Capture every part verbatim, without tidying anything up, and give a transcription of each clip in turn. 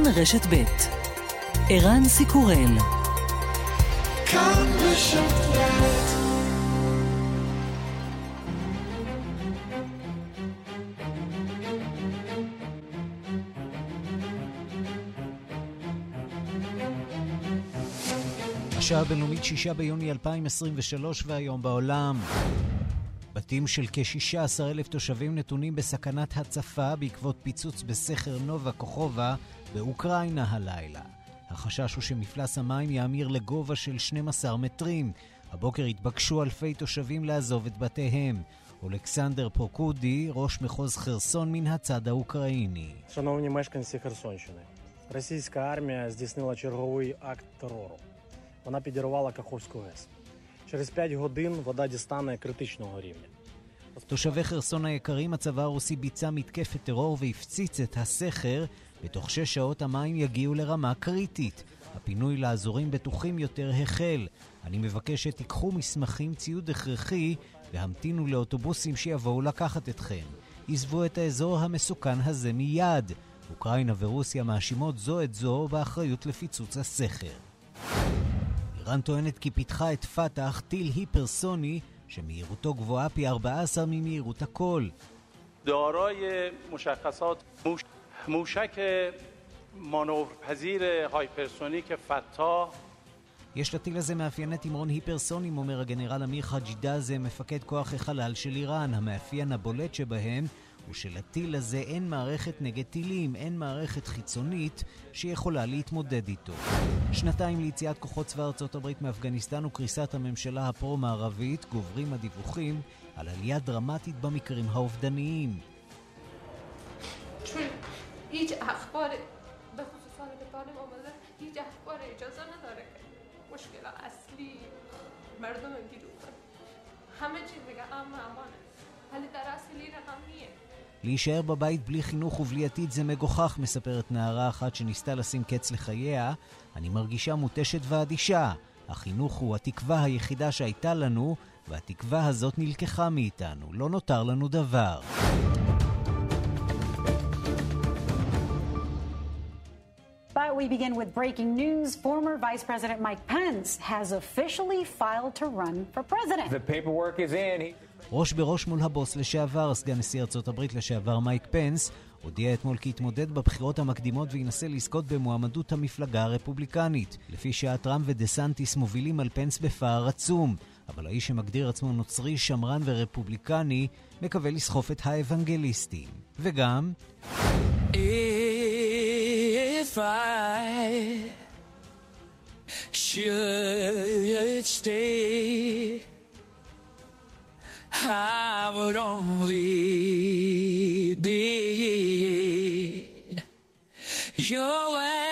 כאן רשת ב' ערן סיקורל. כאן רשת ב'. השעה הבינלאומית שישה ביוני אלפיים עשרים ושלוש והיום בעולם. בתים של כ-שישה עשר אלף תושבים נתונים בסכנת הצפה בעקבות פיצוץ בסכר נובה קוחובה באוקראינה הלילה. החשש הוא שמפלס המים יאמיר לגובה של שנים עשר מטרים. הבוקר התבקשו אלפי תושבים לעזוב את בתיהם. אולכסנדר פוקודי, ראש מחוז חרסון מן הצד האוקראיני. Шановні мешканці Херсонщини, російська армія здійснила черговий акт терору. Вона підірвала Каховську ГЕС. Через п'ять годин вода дістане критичного рівня. תושבי חרסון היקרים, הצבא הרוסי ביצע מתקפת טרור והפציץ את הסכר. בתוך שש שעות המים יגיעו לרמה קריטית. הפינוי לאזורים בטוחים יותר החל. אני מבקש שתיקחו מסמכים, ציוד הכרחי והמתינו לאוטובוסים שיבואו לקחת אתכם. עזבו את האזור המסוכן הזה מיד. אוקראינה ורוסיה מאשימות זו את זו באחריות לפיצוץ הסכר. איראן טוענת כי פיתחה את פתח, טיל היפרסוני שמהירותו גבוהה פי ארבע עשרה ממהירות הקול. دارای مشخصات موشک مانورپذیر هایپرسونیک فتاح. יש לטיל הזה מאפייני תמרון היפרסונים, אומר הגנרל אמיר חג'ידאזה, מפקד כוח החלל של איראן. המאפיין הבולט שבהם הוא שלטיל הזה אין מערכת נגד טילים, אין מערכת חיצונית שיכולה להתמודד איתו. שנתיים ליציאת כוחות צבא ארצות הברית מאפגניסטן וקריסת הממשלה הפרו-מערבית, גוברים הדיווחים על עלייה דרמטית במקרים האובדניים. هیچ اخبار به خصوص حالت طالب آمده هیچ اخبار اجازه نداره که مشکل اصلی مردم گیرو کنه همه چیز دیگه امن امانه ولی در اصلی رقم نیه. להישאר בבית בלי חינוך ובלי עתיד זה מגוחך, מספרת נערה אחת שניסתה לשים קץ לחייה. אני מרגישה מוטשת ואדישה. החינוך הוא התקווה היחידה שהייתה לנו, והתקווה הזאת נלקחה מאיתנו. לא נותר לנו דבר. But we begin with breaking news. Former Vice President Mike Pence has officially filed to run for president. The paperwork is in. He... ראש בראש מול הבוס לשעבר, סגן נשיא ארצות הברית לשעבר מייק פנס, הודיע אתמול כי יתמודד בבחירות המקדימות וינסה לזכות במועמדות המפלגה הרפובליקנית. לפי שעה טראמפ ודסנטיס מובילים על פנס בפער עצום, אבל האיש שמגדיר עצמו נוצרי, שמרן ורפובליקני, מקווה לסחוף את האבנגליסטים. וגם... If I should stay, I would only be your way.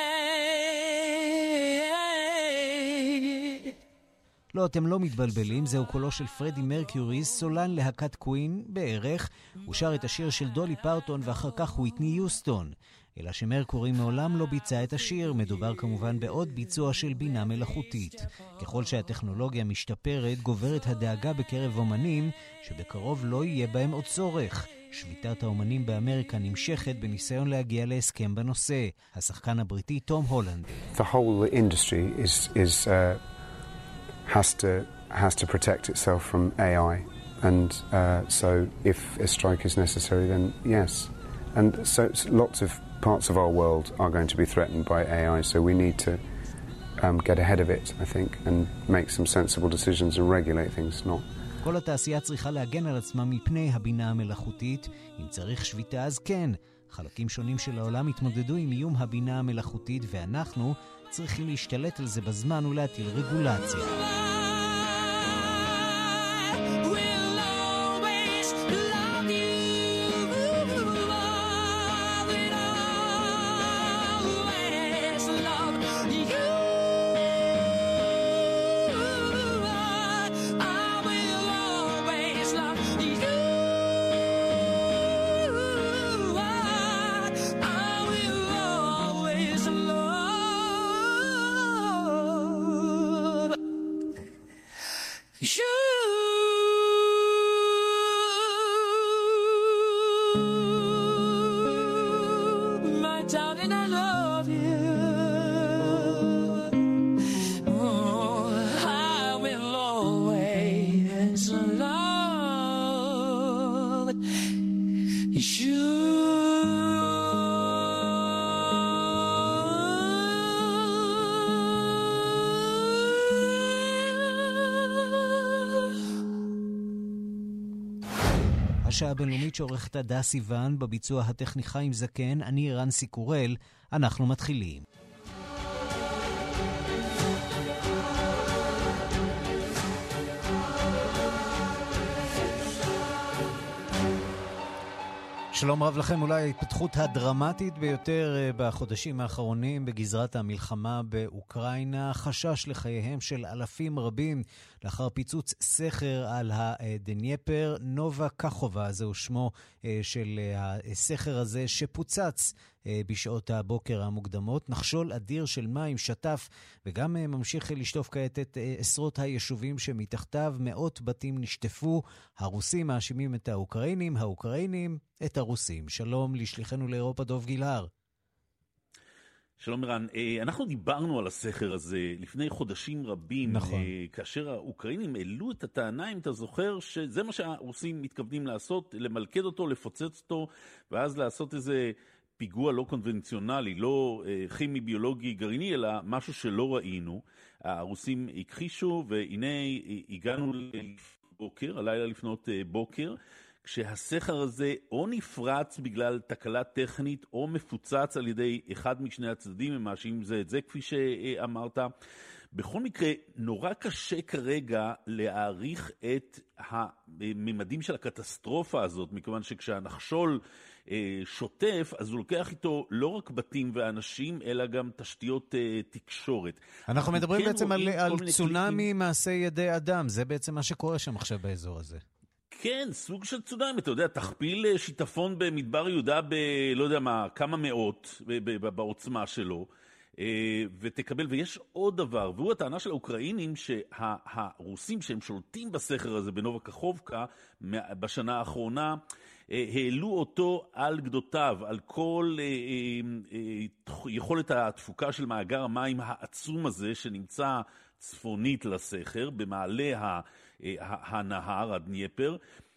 לא, אתם לא מתבלבלים, זהו קולו של פרדי מרקיורי, סולן להקת קווין בערך. הוא שר את השיר של דולי פרטון ואחר כך וויטני יוסטון. אלא שמרקורי מעולם לא ביצע את השיר, מדובר כמובן בעוד ביצוע של בינה מלאכותית. ככל שהטכנולוגיה משתפרת, גוברת הדאגה בקרב אומנים שבקרוב לא יהיה בהם עוד צורך. שביתת האומנים באמריקה נמשכת בניסיון להגיע להסכם בנושא. השחקן הבריטי תום הולנד. The whole industry is is uh, has to has to protect itself from A I, and uh, so if a strike is necessary, then yes. And so, so lots of parts of our world are going to be threatened by A I, so we need to um, get ahead of it, I think, and make some sensible decisions and regulate things, not... כל התעשייה צריכה להגן על עצמה מפני הבינה המלאכותית. אם צריך שביתה אז כן. חלקים שונים של העולם התמודדו עם איום הבינה המלאכותית, ואנחנו צריכים להשתלט על זה בזמן ולהטיל רגולציה. Darling, I love love you. Oh, I will always love you. השעה הבינלאומית שעורכת עדה סיוון, בביצוע הטכני חיים זקן, אני ערן סיקורל, אנחנו מתחילים. שלום רב לכם. אולי ההתפתחות הדרמטית ביותר בחודשים האחרונים בגזרת המלחמה באוקראינה, חשש לחייהם של אלפים רבים לאחר פיצוץ סכר על הדנייפר. נובה קחובה, זהו שמו של הסכר הזה שפוצץ בשעות הבוקר המוקדמות. נחשול אדיר של מים שטף וגם ממשיך לשטוף כעת את עשרות היישובים שמתחתיו. מאות בתים נשטפו. הרוסים מאשימים את האוקראינים, האוקראינים את הרוסים. שלום לשליחנו לאירופה דוב גילהר. שלום ערן, אנחנו דיברנו על הסכר הזה לפני חודשים רבים, נכון. כאשר האוקראינים העלו את הטענה, אם אתה זוכר, שזה מה שהרוסים מתכוונים לעשות, למלכד אותו, לפוצץ אותו, ואז לעשות איזה פיגוע לא קונבנציונלי, לא כימי, ביולוגי, גרעיני, אלא משהו שלא ראינו. הרוסים הכחישו, והנה הגענו לבוקר, הלילה לפנות בוקר, כשהסכר הזה או נפרץ בגלל תקלה טכנית או מפוצץ על ידי אחד משני הצדדים, הם מאשימים זה את זה כפי שאמרת. בכל מקרה, נורא קשה כרגע להעריך את הממדים של הקטסטרופה הזאת, מכיוון שכשהנחשול שוטף, אז הוא לוקח איתו לא רק בתים ואנשים, אלא גם תשתיות תקשורת. אנחנו מדברים כן בעצם על, על צונמי קליקים. מעשה ידי אדם, זה בעצם מה שקורה שם עכשיו באזור הזה. כן, סוג של צונאמי, אתה יודע, תכפיל שיטפון במדבר יהודה ב, לא יודע מה, כמה מאות בעוצמה שלו, ותקבל, ויש עוד דבר, והוא הטענה של האוקראינים שהרוסים שהם שולטים בסכר הזה בנובה קחובקה בשנה האחרונה, העלו אותו על גדותיו, על כל יכולת התפוקה של מאגר המים העצום הזה שנמצא צפונית לסכר, במעלה הנהר, הדנייפר,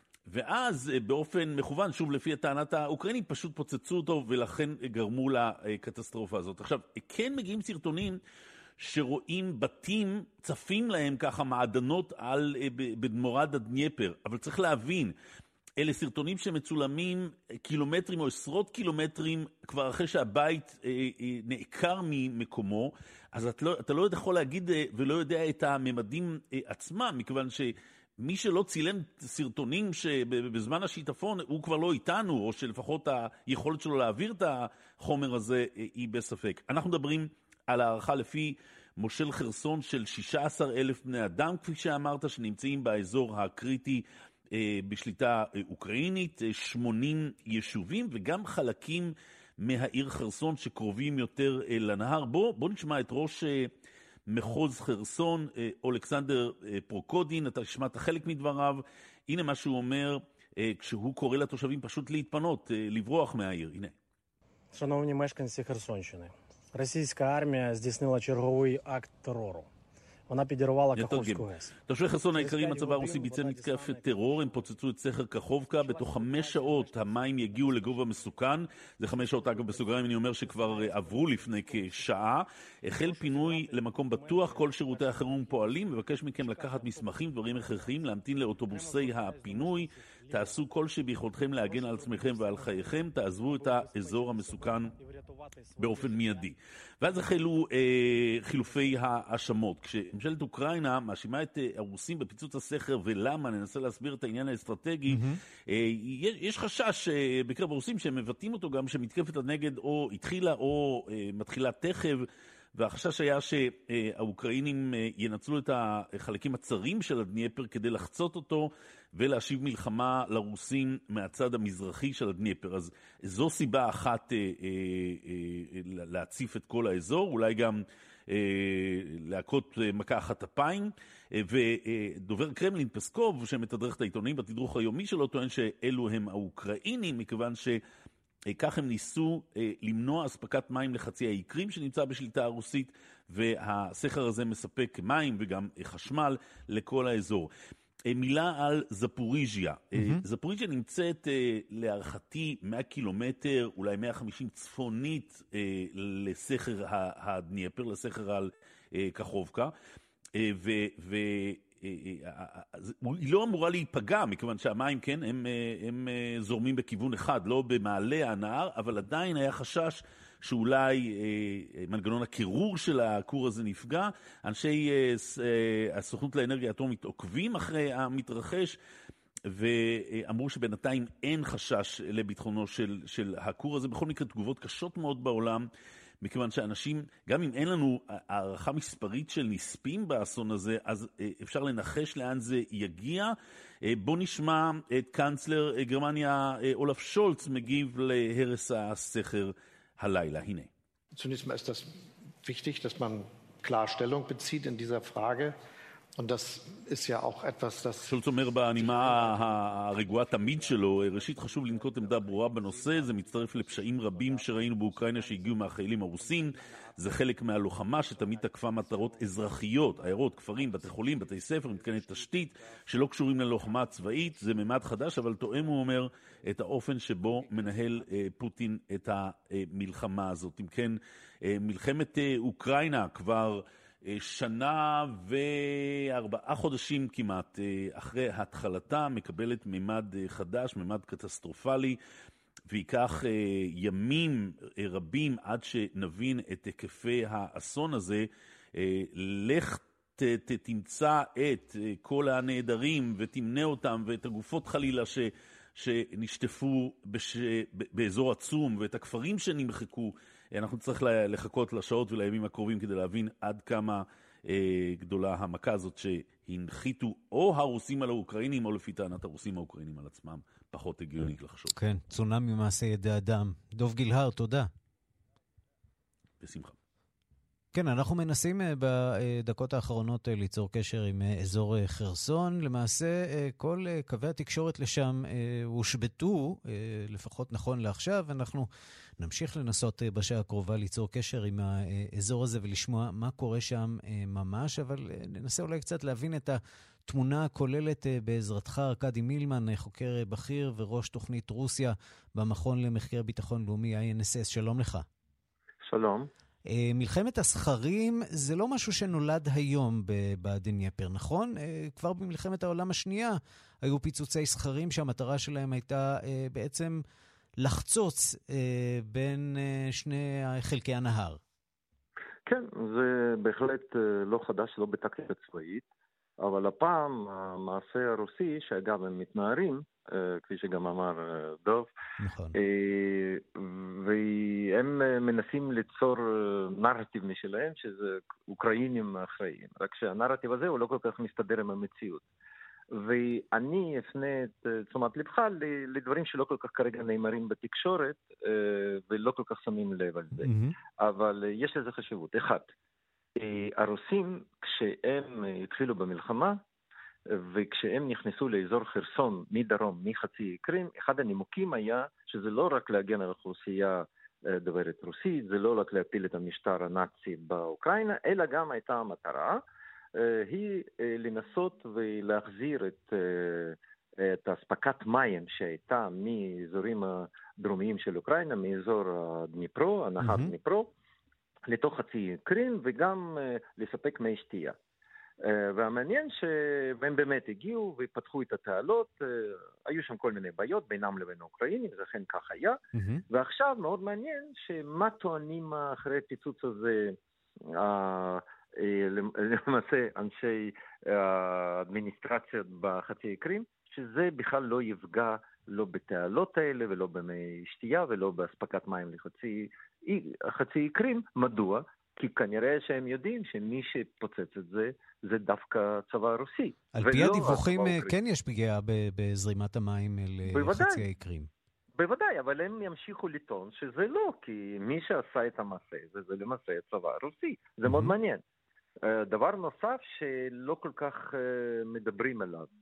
ואז באופן מכוון, שוב לפי הטענת האוקראינים, פשוט פוצצו אותו ולכן גרמו לקטסטרופה הזאת. עכשיו, כן מגיעים סרטונים שרואים בתים, צפים להם ככה מעדנות על, במורד הדנייפר, אבל צריך להבין, אלה סרטונים שמצולמים קילומטרים או עשרות קילומטרים כבר אחרי שהבית נעקר ממקומו, אז אתה לא, אתה לא יכול להגיד ולא יודע את הממדים עצמם, מכיוון שמי שלא צילם סרטונים שבזמן השיטפון הוא כבר לא איתנו, או שלפחות היכולת שלו להעביר את החומר הזה היא בספק. אנחנו מדברים על הערכה לפי מושל חרסון של שישה עשר אלף בני אדם, כפי שאמרת, שנמצאים באזור הקריטי בשליטה אוקראינית, שמונים יישובים וגם חלקים מהעיר חרסון שקרובים יותר לנהר. בוא, בוא נשמע את ראש מחוז חרסון, אולכסנדר פרוקודין, אתה שמעת חלק מדבריו. הנה מה שהוא אומר כשהוא קורא לתושבים פשוט להתפנות, לברוח מהעיר. הנה. Шановні мешканці Херсонщини, російська армія здійснила черговий акт терору. вона підірвала Каховську ГЕС. תושבי חרסון היקרים, הצבא הרוסי ביצע מתקפת טרור, הם פוצצו את סכר קחובקה, בתוך חמש שעות המים יגיעו לגובה מסוכן, זה חמש שעות אגב בסוגריים, אני אומר שכבר עברו לפני כשעה, החל פינוי למקום בטוח, כל שירותי החירום פועלים, מבקש מכם לקחת מסמכים, דברים הכרחיים, להמתין לאוטובוסי הפינוי, תעשו כל שביכולתכם להגן על עצמכם ועל חייכם, תעזבו את האזור המסוכן באופן מיידי. ואז החלו אה, חילופי האשמות. כשממשלת אוקראינה מאשימה את אה, הרוסים בפיצוץ הסכר, ולמה, ננסה להסביר את העניין האסטרטגי, mm-hmm. אה, יש, יש חשש אה, בקרב הרוסים שהם מבטאים אותו גם שמתקפת הנגד או התחילה או אה, מתחילה תכף, והחשש היה שהאוקראינים ינצלו את החלקים הצרים של הדנייפר כדי לחצות אותו ולהשיב מלחמה לרוסים מהצד המזרחי של הדנייפר. אז זו סיבה אחת להציף את כל האזור, אולי גם להכות מכה אחת אפיים. ודובר קרמלין פסקוב, שמתדרך את העיתונאים בתדרוך היומי שלו, טוען שאלו הם האוקראינים, מכיוון ש... כך הם ניסו למנוע אספקת מים לחצי האי קרים שנמצא בשליטה הרוסית, והסכר הזה מספק מים וגם חשמל לכל האזור. מילה על זפוריז'יה. Mm-hmm. זפוריז'יה נמצאת להערכתי מאה קילומטר, אולי מאה וחמישים צפונית לסכר הדניפר, לסכר על קחובקה, ו... ו היא לא אמורה להיפגע, מכיוון שהמים, כן, הם, הם זורמים בכיוון אחד, לא במעלה הנהר, אבל עדיין היה חשש שאולי מנגנון הקירור של הכור הזה נפגע. אנשי הסוכנות לאנרגיה אטומית עוקבים אחרי המתרחש, ואמרו שבינתיים אין חשש לביטחונו של, של הכור הזה. בכל מקרה, תגובות קשות מאוד בעולם, מכיוון שאנשים, גם אם אין לנו הערכה מספרית של נספים באסון הזה, אז אפשר לנחש לאן זה יגיע. בוא נשמע את קנצלר גרמניה אולף שולץ מגיב להרס הסכר הלילה. הנה. Zunächst mal ist das wichtig, dass man klar Stellung bezieht in dieser Frage. Und das ist ja auch etwas, das... שולץ אומר בנימה הרגועה תמיד שלו, ראשית חשוב לנקוט עמדה ברורה בנושא, זה מצטרף לפשעים רבים שראינו באוקראינה שהגיעו מהחיילים הרוסים, זה חלק מהלוחמה שתמיד תקפה מטרות אזרחיות, עיירות, כפרים, בתי חולים, בתי ספר, מתקני תשתית, שלא קשורים ללוחמה הצבאית, זה ממד חדש, אבל תואם, הוא אומר, את האופן שבו מנהל אה, פוטין את המלחמה הזאת. אם כן, אה, מלחמת אה, אוקראינה כבר... שנה וארבעה חודשים כמעט אחרי התחלתה מקבלת מימד חדש, מימד קטסטרופלי, ויקח ימים רבים עד שנבין את היקפי האסון הזה. לך ת, ת, תמצא את כל הנעדרים ותמנה אותם ואת הגופות חלילה ש, שנשטפו בש, באזור עצום ואת הכפרים שנמחקו. אנחנו צריך לחכות לשעות ולימים הקרובים כדי להבין עד כמה אה, גדולה המכה הזאת שהנחיתו או הרוסים על האוקראינים או לפי טענת הרוסים האוקראינים על עצמם. פחות הגיוני לחשוב. כן, צונאמי מעשה ידי אדם. דוב גילהר, תודה. בשמחה. כן, אנחנו מנסים בדקות האחרונות ליצור קשר עם אזור חרסון. למעשה, כל קווי התקשורת לשם הושבתו, לפחות נכון לעכשיו. אנחנו נמשיך לנסות בשעה הקרובה ליצור קשר עם האזור הזה ולשמוע מה קורה שם ממש, אבל ננסה אולי קצת להבין את התמונה הכוללת בעזרתך. ארקדי מילמן, חוקר בכיר וראש תוכנית רוסיה במכון למחקר ביטחון לאומי איי אן אס אס. שלום לך. שלום. מלחמת הסכרים זה לא משהו שנולד היום בדנייפר, נכון? כבר במלחמת העולם השנייה היו פיצוצי סכרים שהמטרה שלהם הייתה בעצם לחצוץ בין שני חלקי הנהר. כן, זה בהחלט לא חדש, לא בטקטיקה צבאית, אבל הפעם המעשה הרוסי, שאגב הם מתנערים, כפי שגם אמר דוב, נכון. והם מנסים ליצור נרטיב משלהם, שזה אוקראינים אחראים. רק שהנרטיב הזה הוא לא כל כך מסתדר עם המציאות. ואני אפנה את תשומת לבך לדברים שלא כל כך כרגע נאמרים בתקשורת, ולא כל כך שמים לב על זה. אבל יש לזה חשיבות. אחד, הרוסים, כשהם התחילו במלחמה, וכשהם נכנסו לאזור חרסון מדרום, מחצי קרים, אחד הנימוקים היה שזה לא רק להגן על אוכלוסייה דוברת רוסית, זה לא רק להפיל את המשטר הנאצי באוקראינה, אלא גם הייתה המטרה, היא לנסות ולהחזיר את, את הספקת מים שהייתה מאזורים הדרומיים של אוקראינה, מאזור דניפרו, הנהר mm-hmm. דניפרו, לתוך חצי קרים, וגם לספק מי שתייה. והמעניין שהם באמת הגיעו ופתחו את התעלות, היו שם כל מיני בעיות בינם לבין האוקראינים, זה אכן כך היה, mm-hmm. ועכשיו מאוד מעניין שמה טוענים אחרי הפיצוץ הזה, למעשה אנשי האדמיניסטרציה בחצי קרים, שזה בכלל לא יפגע לא בתעלות האלה ולא במי שתייה ולא בהספקת מים לחצי חצי קרים. מדוע? כי כנראה שהם יודעים שמי שפוצץ את זה, זה דווקא צבא הרוסי. על פי הדיווחים כן יש פגיעה בזרימת המים לחצי האי קרים. בוודאי, אבל הם ימשיכו לטעון שזה לא, כי מי שעשה את המעשה, זה, זה למעשה הצבא הרוסי. זה מאוד מעניין. דבר נוסף שלא כל כך מדברים עליו,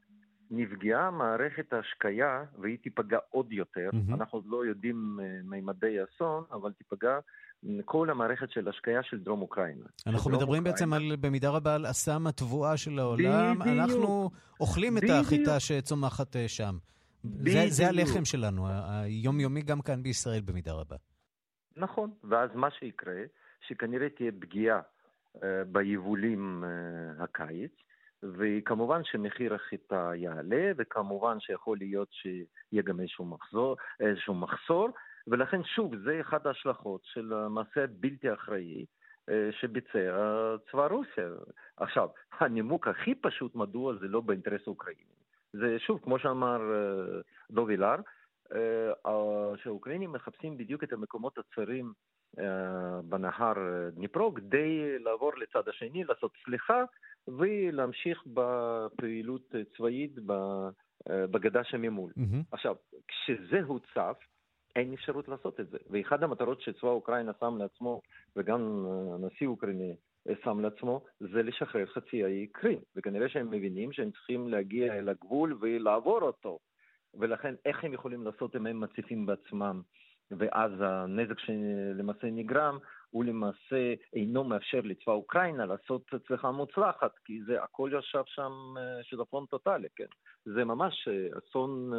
נפגעה מערכת ההשקיה והיא תיפגע עוד יותר. Mm-hmm. אנחנו עוד לא יודעים מימדי האסון, אבל תיפגע כל המערכת של השקיה של דרום אוקראינה. אנחנו מדברים אוקראינה. בעצם על, במידה רבה על אסם התבואה של העולם. בדיוק. אנחנו אוכלים בדיוק. את החיטה שצומחת שם. זה, זה הלחם שלנו, היומיומי גם כאן בישראל במידה רבה. נכון, ואז מה שיקרה, שכנראה תהיה פגיעה uh, ביבולים uh, הקיץ, וכמובן שמחיר החיטה יעלה, וכמובן שיכול להיות שיהיה גם איזשהו מחזור, איזשהו מחסור, ולכן שוב, זה אחד ההשלכות של המעשה בלתי אחראי שביצע צבא רוסיה. עכשיו, הנימוק הכי פשוט מדוע זה לא באינטרס האוקראיני. זה שוב, כמו שאמר דוב אילר, שהאוקראינים מחפשים בדיוק את המקומות הצרים בנהר דניפרו, כדי לעבור לצד השני, לעשות סליחה, ולהמשיך בפעילות צבאית בגדה שממול. Mm-hmm. עכשיו, כשזה הוצף, אין אפשרות לעשות את זה. ואחד המטרות שצבא אוקראינה שם לעצמו, וגם הנשיא אוקראיני שם לעצמו, זה לשחרר חצי האי קרים. וכנראה שהם מבינים שהם צריכים להגיע אל הגבול ולעבור אותו. ולכן איך הם יכולים לעשות אם הם מציפים בעצמם, ואז הנזק שלמעשה נגרם, הוא למעשה אינו מאפשר לצבא אוקראינה לעשות הצלחה מוצלחת, כי זה הכל ישב שם שיטפון טוטלי, כן? זה ממש אסון,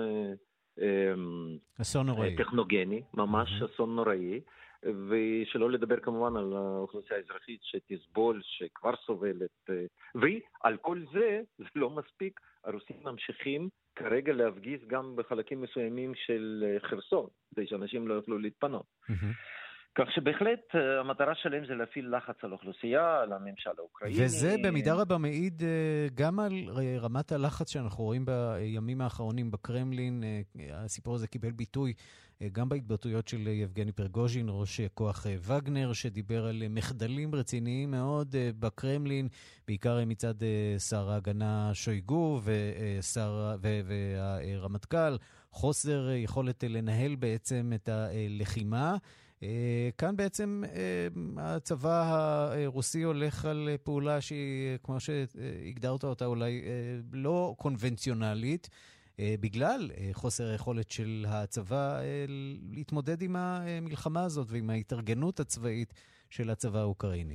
אסון נוראי. טכנוגני, ממש mm-hmm. אסון נוראי, ושלא לדבר כמובן על האוכלוסייה האזרחית שתסבול, שכבר סובלת, ועל כל זה, זה לא מספיק, הרוסים ממשיכים כרגע להפגיז גם בחלקים מסוימים של חרסון, כדי שאנשים לא יוכלו להתפנות. Mm-hmm. כך שבהחלט המטרה שלהם זה להפעיל לחץ על האוכלוסייה, על הממשל האוקראיני. וזה במידה רבה מעיד גם על רמת הלחץ שאנחנו רואים בימים האחרונים בקרמלין. הסיפור הזה קיבל ביטוי גם בהתבטאויות של יבגני פרגוז'ין, ראש כוח וגנר, שדיבר על מחדלים רציניים מאוד בקרמלין, בעיקר מצד שר ההגנה שויגו ושר, והרמטכ"ל, חוסר יכולת לנהל בעצם את הלחימה. כאן בעצם הצבא הרוסי הולך על פעולה שהיא, כמו שהגדרת אותה, אולי לא קונבנציונלית, בגלל חוסר היכולת של הצבא להתמודד עם המלחמה הזאת ועם ההתארגנות הצבאית של הצבא האוקראיני.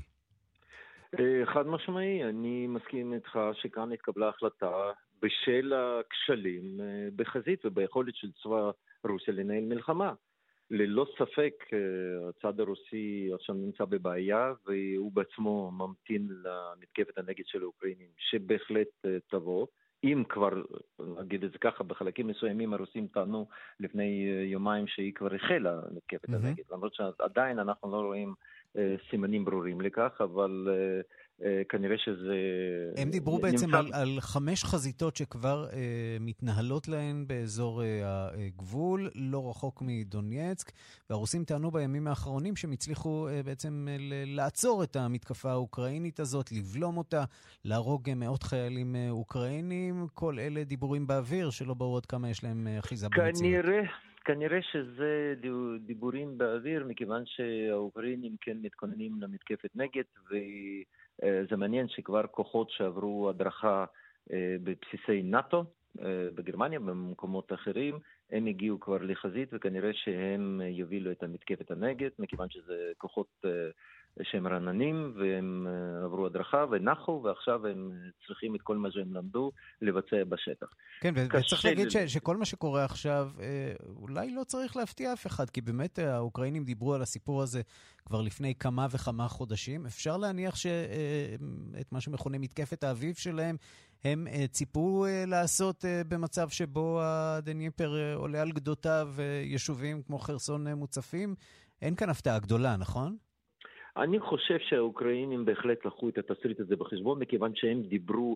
חד משמעי, אני מסכים איתך שכאן התקבלה החלטה בשל הכשלים בחזית וביכולת של צבא רוסיה לנהל מלחמה. ללא ספק, הצד הרוסי עכשיו נמצא בבעיה, והוא בעצמו ממתין למתקפת הנגד של האוקראינים, שבהחלט תבוא. אם כבר, נגיד את זה ככה, בחלקים מסוימים הרוסים טענו לפני יומיים שהיא כבר החלה מתקפת mm-hmm. הנגד, למרות שעדיין אנחנו לא רואים אה, סימנים ברורים לכך, אבל אה, אה, כנראה שזה... הם דיברו בעצם נמצא... על, על חמש חזיתות שכבר אה, מתנהלות להן באזור אה, הגבול, לא רחוק מדונייצק, והרוסים טענו בימים האחרונים שהם הצליחו אה, בעצם אה, לעצור את המתקפה האוקראינית הזאת, לבלום אותה, להרוג מאות חיילים אה, אוקראינים. כל אלה דיבורים באוויר, שלא ברור עוד כמה יש להם אחיזה במציאות. כנראה, כנראה שזה דיבורים באוויר, מכיוון שהאוקראינים כן מתכוננים למתקפת נגד, וזה מעניין שכבר כוחות שעברו הדרכה בבסיסי נאטו, בגרמניה, במקומות אחרים, הם הגיעו כבר לחזית, וכנראה שהם יובילו את המתקפת הנגד, מכיוון שזה כוחות שהם רעננים, והם עברו הדרכה ונחו, ועכשיו הם צריכים את כל מה שהם למדו לבצע בשטח. כן, וצריך להגיד ש- שכל מה שקורה עכשיו, אולי לא צריך להפתיע אף אחד, כי באמת האוקראינים דיברו על הסיפור הזה כבר לפני כמה וכמה חודשים. אפשר להניח שאת מה שמכונה מתקפת האביב שלהם, הם ציפו לעשות במצב שבו הדניפר עולה על גדותיו יישובים כמו חרסון מוצפים. אין כאן הפתעה גדולה, נכון? אני חושב שהאוקראינים בהחלט לקחו את התסריט הזה בחשבון, מכיוון שהם דיברו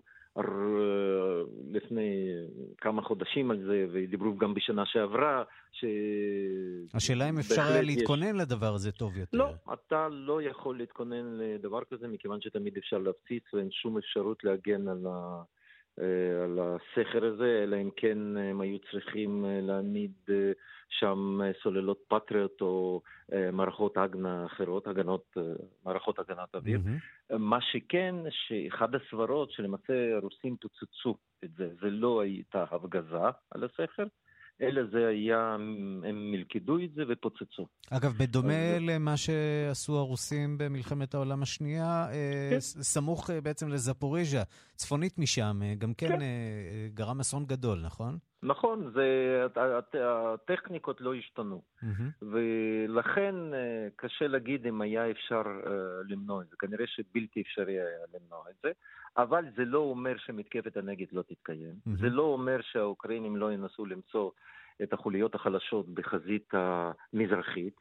לפני כמה חודשים על זה, ודיברו גם בשנה שעברה. ש... השאלה אם אפשר היה להתכונן יש... לדבר הזה טוב יותר. לא, אתה לא יכול להתכונן לדבר כזה, מכיוון שתמיד אפשר להפציץ, ואין שום אפשרות להגן על, ה... על הסכר הזה, אלא אם כן הם היו צריכים להעמיד שם סוללות פטריוט או מערכות הגנה אחרות, הגנות, מערכות הגנת אוויר. Mm-hmm. מה שכן, שאחד הסברות שלמעשה הרוסים פוצצו את זה, זה לא הייתה הפגזה על הסכר, אלא זה היה, הם מלכדו את זה ופוצצו. אגב, בדומה למה שעשו הרוסים במלחמת העולם השנייה, כן. סמוך בעצם לזפוריז'ה, צפונית משם, גם כן, כן. גרם אסון גדול, נכון? נכון, זה, הטכניקות לא השתנו. Mm-hmm. ולכן קשה להגיד אם היה אפשר למנוע את זה. כנראה שבלתי אפשרי היה למנוע את זה. אבל זה לא אומר שמתקפת הנגד לא תתקיים. Mm-hmm. זה לא אומר שהאוקראינים לא ינסו למצוא את החוליות החלשות בחזית המזרחית.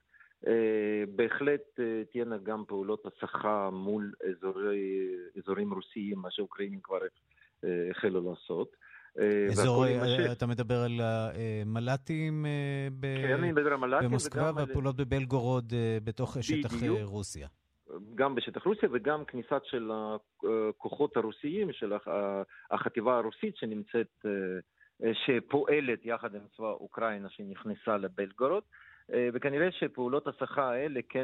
בהחלט תהיינה גם פעולות הסחה מול אזורי, אזורים רוסיים, מה שהאוקראינים כבר החלו לעשות. אזור, אתה מדבר על המל"טים במוסקבה והפעולות בבלגורוד בתוך שטח רוסיה. גם בשטח רוסיה וגם כניסת של הכוחות הרוסיים, של החטיבה הרוסית שנמצאת, שפועלת יחד עם צבא אוקראינה שנכנסה לבלגורוד, וכנראה שפעולות הסחה האלה כן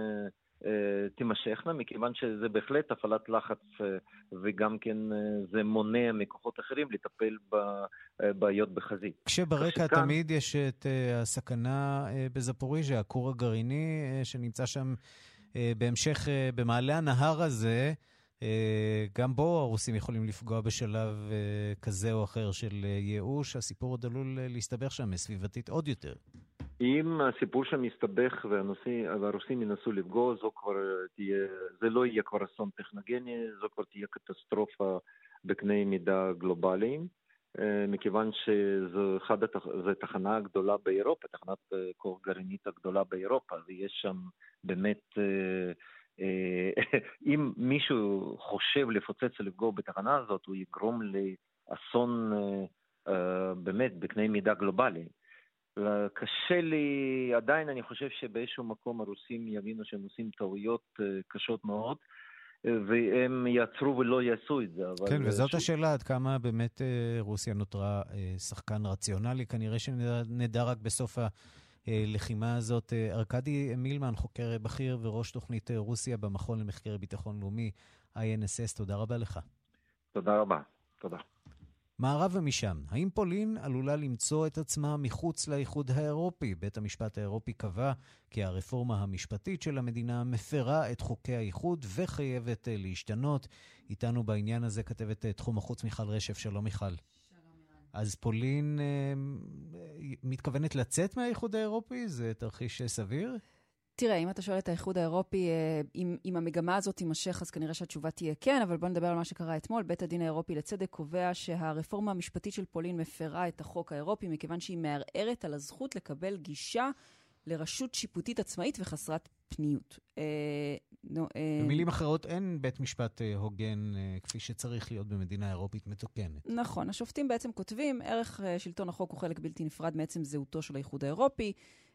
תימשכנה, מכיוון שזה בהחלט הפעלת לחץ, וגם כן זה מונע מכוחות אחרים לטפל בבעיות בחזית. כשברקע תמיד יש את הסכנה בזפוריז'ה, הכור הגרעיני שנמצא שם בהמשך, במעלה הנהר הזה, גם בו הרוסים יכולים לפגוע בשלב כזה או אחר של ייאוש, הסיפור עוד עלול להסתבך שם סביבתית עוד יותר. אם הסיפור שם מסתבך והרוסים ינסו לפגוע, זו כבר תהיה, זה לא יהיה כבר אסון טכנוגני, זו כבר תהיה קטסטרופה בקנה מידה גלובליים, מכיוון שזו תחנה גדולה באירופה, תחנת כור גרעינית הגדולה באירופה, ויש שם באמת, אם מישהו חושב לפוצץ ולפגוע בתחנה הזאת, הוא יגרום לאסון באמת בקנה מידה גלובלי. קשה לי, עדיין אני חושב שבאיזשהו מקום הרוסים יבינו שהם עושים טעויות קשות מאוד, והם יעצרו ולא יעשו את זה. כן, וזאת ש... השאלה, עד כמה באמת רוסיה נותרה שחקן רציונלי, כנראה שנדע רק בסוף הלחימה הזאת. ארקדי מילמן, חוקר בכיר וראש תוכנית רוסיה במכון למחקר ביטחון לאומי, איי אן אס אס, תודה רבה לך. תודה רבה, תודה. מערבה משם, האם פולין עלולה למצוא את עצמה מחוץ לאיחוד האירופי? בית המשפט האירופי קבע כי הרפורמה המשפטית של המדינה מפרה את חוקי האיחוד וחייבת להשתנות. איתנו בעניין הזה כתבת תחום החוץ מיכל רשף. שלום מיכל. שלום מירן. אז פולין אה, מתכוונת לצאת מהאיחוד האירופי? זה תרחיש סביר? תראה, אם אתה שואל את האיחוד האירופי, אם, אם המגמה הזאת תימשך, אז כנראה שהתשובה תהיה כן, אבל בוא נדבר על מה שקרה אתמול. בית הדין האירופי לצדק קובע שהרפורמה המשפטית של פולין מפרה את החוק האירופי, מכיוון שהיא מערערת על הזכות לקבל גישה לרשות שיפוטית עצמאית וחסרת פניות. במילים אחרות, אין בית משפט הוגן כפי שצריך להיות במדינה אירופית מתוקנת. נכון, השופטים בעצם כותבים, ערך שלטון החוק הוא חלק בלתי נפרד מעצם זהותו של האיחוד האירופי,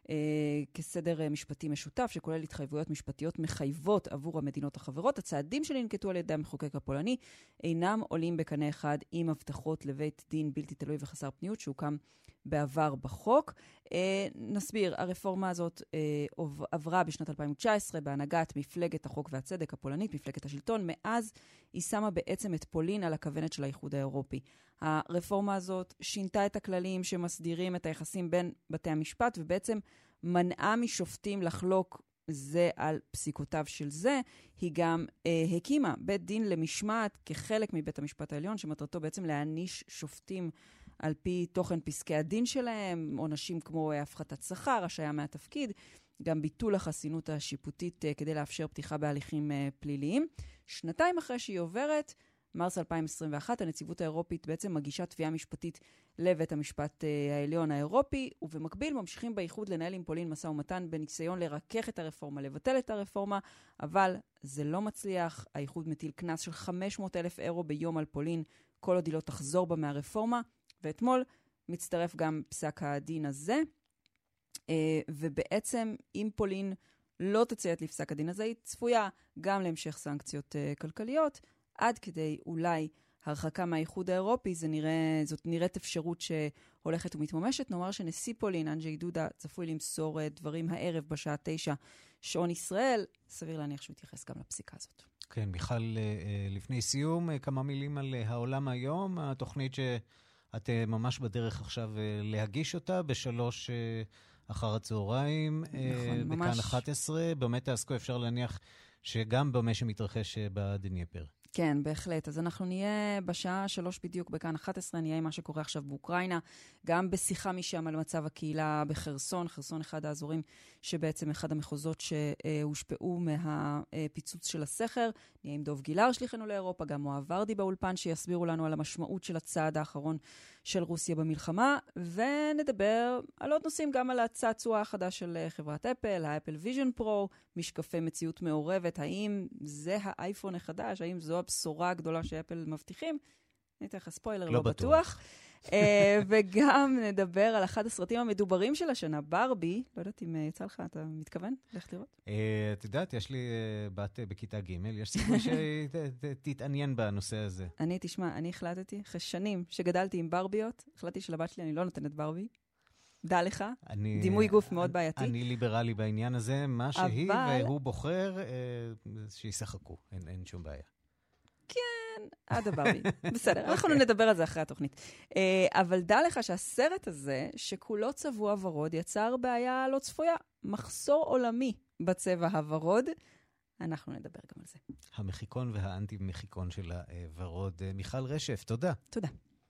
כסדר משפטי משותף שכולל התחייבויות משפטיות מחייבות עבור המדינות החברות. הצעדים שננקטו על ידי המחוקק הפולני אינם עולים בקנה אחד עם הבטחות לבית דין בלתי תלוי וחסר פניות שהוקם בעבר בחוק. נסביר, הרפורמה הזאת עברה בשנת אלפיים תשע עשרה בהנהגת מפלגת החוק והצדק הפולנית, מפלגת השלטון. מאז היא שמה בעצם את פולין על הכוונת של האיחוד האירופי. הרפורמה הזאת שינתה את הכללים שמסדירים את היחסים בין בתי המשפט, ובעצם מנעה משופטים לחלוק זה על פסיקותיו של זה. היא גם אה, הקימה בית דין למשמעת כחלק מבית המשפט העליון, שמטרתו בעצם להעניש שופטים על פי תוכן פסקי הדין שלהם, עונשים כמו הפחתת שכר, השעיה מהתפקיד, גם ביטול החסינות השיפוטית אה, כדי לאפשר פתיחה בהליכים אה, פליליים. שנתיים אחרי שהיא עוברת, מרס אלפיים עשרים ואחת, הנציבות האירופית בעצם מגישה תביעה משפטית לבית המשפט העליון האירופי, ובמקביל ממשיכים באיחוד לנהל עם פולין משא ומתן בניסיון לרכך את הרפורמה, לבטל את הרפורמה, אבל זה לא מצליח. האיחוד מטיל קנס של חמש מאות אלף אירו ביום על פולין, כל עוד היא לא תחזור בה מהרפורמה, ואתמול מצטרף גם פסק הדין הזה, ובעצם אם פולין לא תציית לפסק הדין הזה, היא צפויה גם להמשך סנקציות כלכליות, עד כדי אולי הרחקה מהאיחוד האירופי, זה נראה, זאת נראית אפשרות שהולכת ומתממשת. נאמר שנשיא פולין, אנג'י דודה, צפוי למסור דברים הערב בשעה תשע שעון ישראל. סביר להניח שהוא יתייחס גם לפסיקה הזאת. כן, מיכל, לפני סיום, כמה מילים על העולם היום, התוכנית שאת ממש בדרך עכשיו להגיש אותה, בשלוש אחר הצהריים, נכון, בכאן ממש... אחת עשרה, באמת תעסקו, אפשר להניח שגם במה שמתרחש בדנייפר. כן, בהחלט. אז אנחנו נהיה בשעה שלוש בדיוק בכאן אחת עשרה, נהיה עם מה שקורה עכשיו באוקראינה, גם בשיחה משם על מצב הקהילה בחרסון, חרסון אחד האזורים שבעצם אחד המחוזות שהושפעו מהפיצוץ של הסכר, נהיה עם דוב גילר שליחנו לאירופה, גם מואב ורדי באולפן שיסבירו לנו על המשמעות של הצעד האחרון של רוסיה במלחמה, ונדבר על עוד נושאים, גם על הצעצוע החדש של חברת אפל, האפל ויז'ן פרו, משקפי מציאות מעורבת, האם זה האייפון החדש, האם זו הבשורה הגדולה שאפל מבטיחים? ניתן לך ספוילר, לא, לא בטוח. וגם נדבר על אחד הסרטים המדוברים של השנה, ברבי, לא יודעת אם יצא לך, אתה מתכוון? לך לראות? את יודעת, יש לי בת בכיתה ג', יש סיכוי שתתעניין בנושא הזה. אני, תשמע, אני החלטתי, אחרי שנים שגדלתי עם ברביות, החלטתי שלבת שלי אני לא נותנת ברבי. דע לך, דימוי גוף מאוד בעייתי. אני ליברלי בעניין הזה, מה שהיא והוא בוחר, שישחקו, אין שום בעיה. כן, עד הברבי. בסדר, אנחנו נדבר על זה אחרי התוכנית. אבל דע לך שהסרט הזה, שכולו צבוע ורוד, יצר בעיה לא צפויה. מחסור עולמי בצבע הוורוד. אנחנו נדבר גם על זה. המחיקון והאנטי-מחיקון של הוורוד. מיכל רשף, תודה. תודה.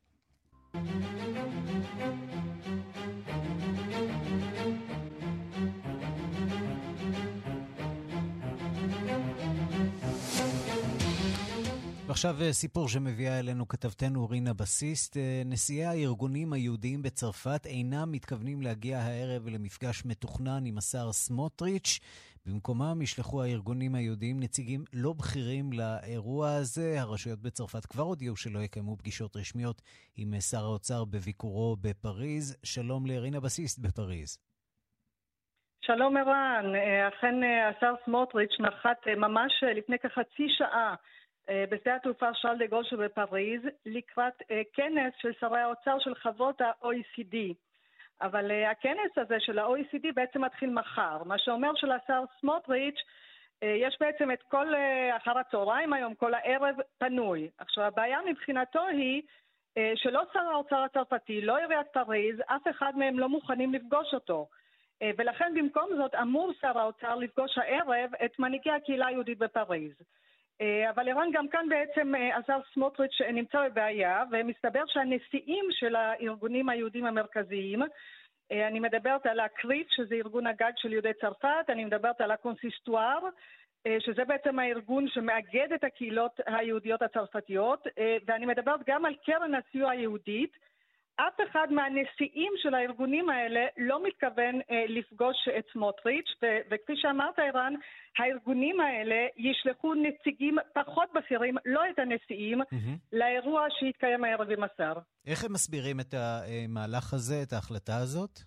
ועכשיו סיפור שמביאה אלינו כתבתנו רינה בסיסט. נשיאי הארגונים היהודיים בצרפת אינם מתכוונים להגיע הערב למפגש מתוכנן עם השר סמוטריץ'. במקומם ישלחו הארגונים היהודיים נציגים לא בכירים לאירוע הזה. הרשויות בצרפת כבר הודיעו שלא יקיימו פגישות רשמיות עם שר האוצר בביקורו בפריז. שלום לרינה בסיסט בפריז. שלום ערן, אכן השר סמוטריץ' נחת ממש לפני כחצי שעה בשדה התעופה שרל דה גול שבפריז לקראת כנס של שרי האוצר של חברות ה-או אי סי די. אבל הכנס הזה של ה-או אי סי די בעצם מתחיל מחר, מה שאומר שלשר סמוטריץ' יש בעצם את כל אחר הצהריים היום, כל הערב פנוי. עכשיו הבעיה מבחינתו היא שלא שר האוצר הצרפתי, לא עיריית פריז, אף אחד מהם לא מוכנים לפגוש אותו. ולכן במקום זאת אמור שר האוצר לפגוש הערב את מנהיגי הקהילה היהודית בפריז. אבל איראן גם כאן בעצם השר סמוטריץ' נמצא בבעיה, ומסתבר שהנשיאים של הארגונים היהודים המרכזיים, אני מדברת על הקריף, שזה ארגון הגג של יהודי צרפת, אני מדברת על הקונסיסטואר, שזה בעצם הארגון שמאגד את הקהילות היהודיות הצרפתיות, ואני מדברת גם על קרן הסיוע היהודית. אף אחד מהנשיאים של הארגונים האלה לא מתכוון אה, לפגוש את סמוטריץ', ו- וכפי שאמרת איראן, הארגונים האלה ישלחו נציגים פחות בכירים, לא את הנשיאים, mm-hmm. לאירוע שיתקיים הערב עם השר. איך הם מסבירים את המהלך הזה, את ההחלטה הזאת?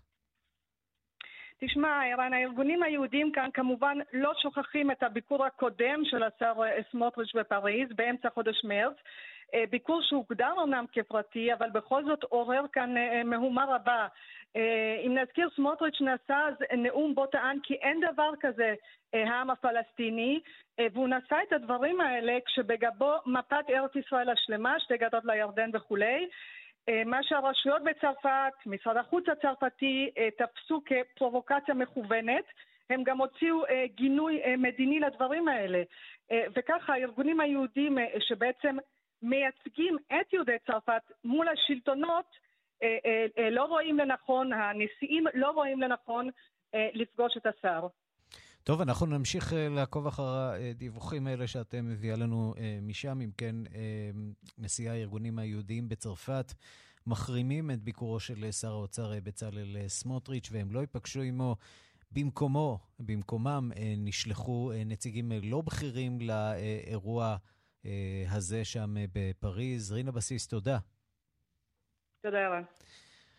תשמע, איראן, הארגונים היהודים כאן כמובן לא שוכחים את הביקור הקודם של השר סמוטריץ' בפריז, באמצע חודש מרץ, ביקור שהוגדר אומנם כפרטי, אבל בכל זאת עורר כאן מהומה רבה. אם נזכיר, סמוטריץ' נשא אז נאום בו טען כי אין דבר כזה העם הפלסטיני, והוא נשא את הדברים האלה כשבגבו מפת ארץ ישראל השלמה, שתי גדות לירדן וכולי, מה שהרשויות בצרפת, משרד החוץ הצרפתי, תפסו כפרובוקציה מכוונת. הם גם הוציאו גינוי מדיני לדברים האלה. וככה הארגונים היהודים שבעצם מייצגים את יהודי צרפת מול השלטונות, לא רואים לנכון, הנשיאים לא רואים לנכון לפגוש את השר. טוב, אנחנו נמשיך לעקוב אחר הדיווחים האלה שאתם מביאה לנו משם. אם כן, נשיאי הארגונים היהודיים בצרפת מחרימים את ביקורו של שר האוצר בצלאל סמוטריץ', והם לא ייפגשו עמו. במקומו, במקומם נשלחו נציגים לא בכירים לאירוע הזה שם בפריז. רינה בסיס, תודה. תודה רבה.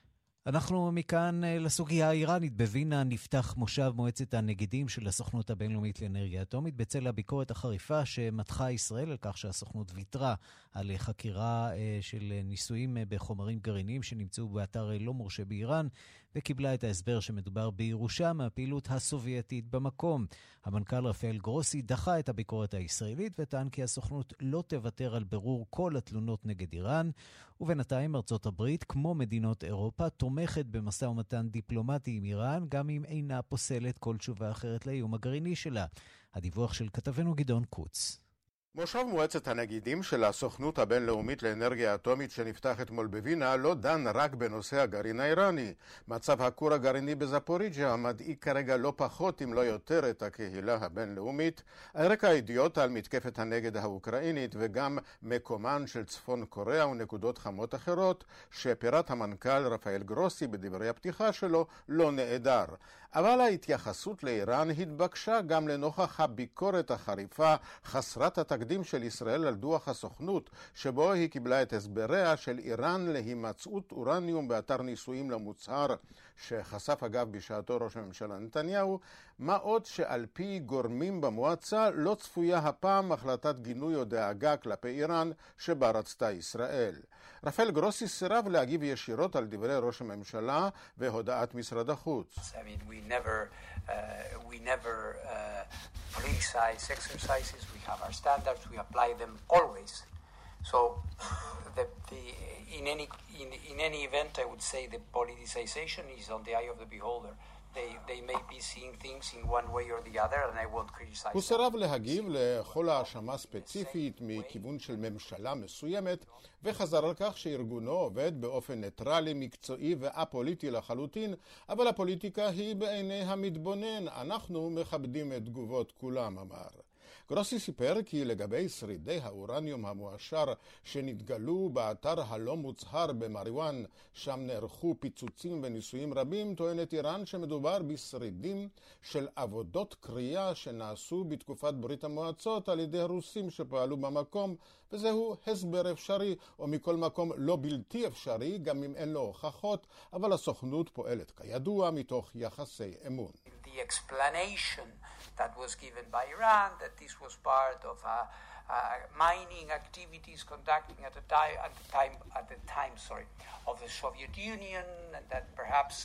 אנחנו מכאן לסוגיה האיראנית. בווינה נפתח מושב מועצת הנגידים של הסוכנות הבינלאומית לאנרגיה אטומית בצל הביקורת החריפה שמתחה ישראל על כך שהסוכנות ויתרה על חקירה של ניסויים בחומרים גרעיניים שנמצאו באתר לא מורשה באיראן, וקיבלה את ההסבר שמדובר בירושה מהפעילות הסובייטית במקום. המנכ"ל רפאל גרוסי דחה את הביקורת הישראלית וטען כי הסוכנות לא תוותר על ברור כל התלונות נגד איראן, ובינתיים ארצות הברית, כמו מדינות אירופה, תומכת במשא ומתן דיפלומטי עם איראן, גם אם אינה פוסלת כל תשובה אחרת לאיום הגרעיני שלה. הדיווח של כתבנו גדעון קוץ. מושב מועצת הנגידים של הסוכנות הבינלאומית לאנרגיה אטומית שנפתח אתמול בווינה לא דן רק בנושא הגרעין האיראני. מצב הכור הגרעיני בזפוריג'יה מדאיג כרגע לא פחות אם לא יותר את הקהילה הבינלאומית. על רקע הידיעות על מתקפת הנגד האוקראינית וגם מקומן של צפון קוריאה ונקודות חמות אחרות שפירט המנכ"ל רפאל גרוסי בדברי הפתיחה שלו לא נעדר. אבל ההתייחסות לאיראן התבקשה גם לנוכח הביקורת החריפה חסרת התקדים של ישראל על דוח הסוכנות, שבו היא קיבלה את הסבריה של איראן להימצאות אורניום באתר ניסויים למוצהר, שחשף אגב בשעתו ראש הממשלה נתניהו, מה עוד שעל פי גורמים במועצה לא צפויה הפעם החלטת גינוי או דאגה כלפי איראן שבה רצתה ישראל. רפאל גרוסי סירב להגיב ישירות על דברי ראש הממשלה והודעת משרד החוץ. I mean, we never, uh, we never uh, politicize exercises. We have our standards. We apply them always. So, the, the, in any in, in any event, I would say the politicization is on the eye of the beholder. They, they may be seeing things in one way or the other, and I won't criticize them. הוא סירב להגיב לכל האשמה ספציפית מכיוון של ממשלה מסוימת, וחזר על כך שארגונו עובד באופן ניטרלי, מקצועי ואפוליטי לחלוטין, אבל הפוליטיקה היא בעיני המתבונן. אנחנו מכבדים את תגובות כולם, אמר. גרוסי סיפר כי לגבי שרידי האורניום המואשר שנתגלו באתר הלא מוצהר במריואן, שם נערכו פיצוצים וניסויים רבים, טוענת איראן שמדובר בשרידים של עבודות קריאה שנעשו בתקופת ברית המועצות על ידי הרוסים שפעלו במקום, וזהו הסבר אפשרי, או מכל מקום לא בלתי אפשרי, גם אם אין לו הוכחות, אבל הסוכנות פועלת כידוע מתוך יחסי אמון. The explanation that was given by Iran, that this was part of uh, uh, mining activities conducting at the time, at the time, at the time, sorry, of the Soviet Union, and that perhaps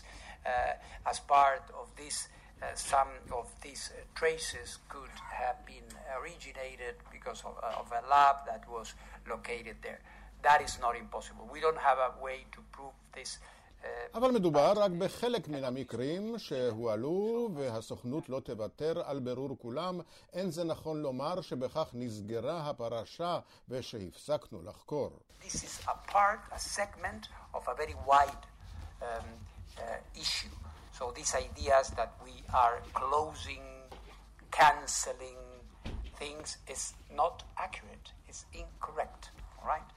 uh, as part of this, uh, some of these uh, traces could have been originated because of, uh, of a lab that was located there. That is not impossible. We don't have a way to prove this. אבל מדובר רק בחלק מן המקרים שהועלו והסוכנות לא תוותר על ברור כולם. אין זה נכון לומר שבכך נסגרה הפרשה ושהפסקנו לחקור. This is a part, a segment of a very wide um, uh, issue. So these ideas that we are closing, cancelling things is not accurate. It's incorrect. All right?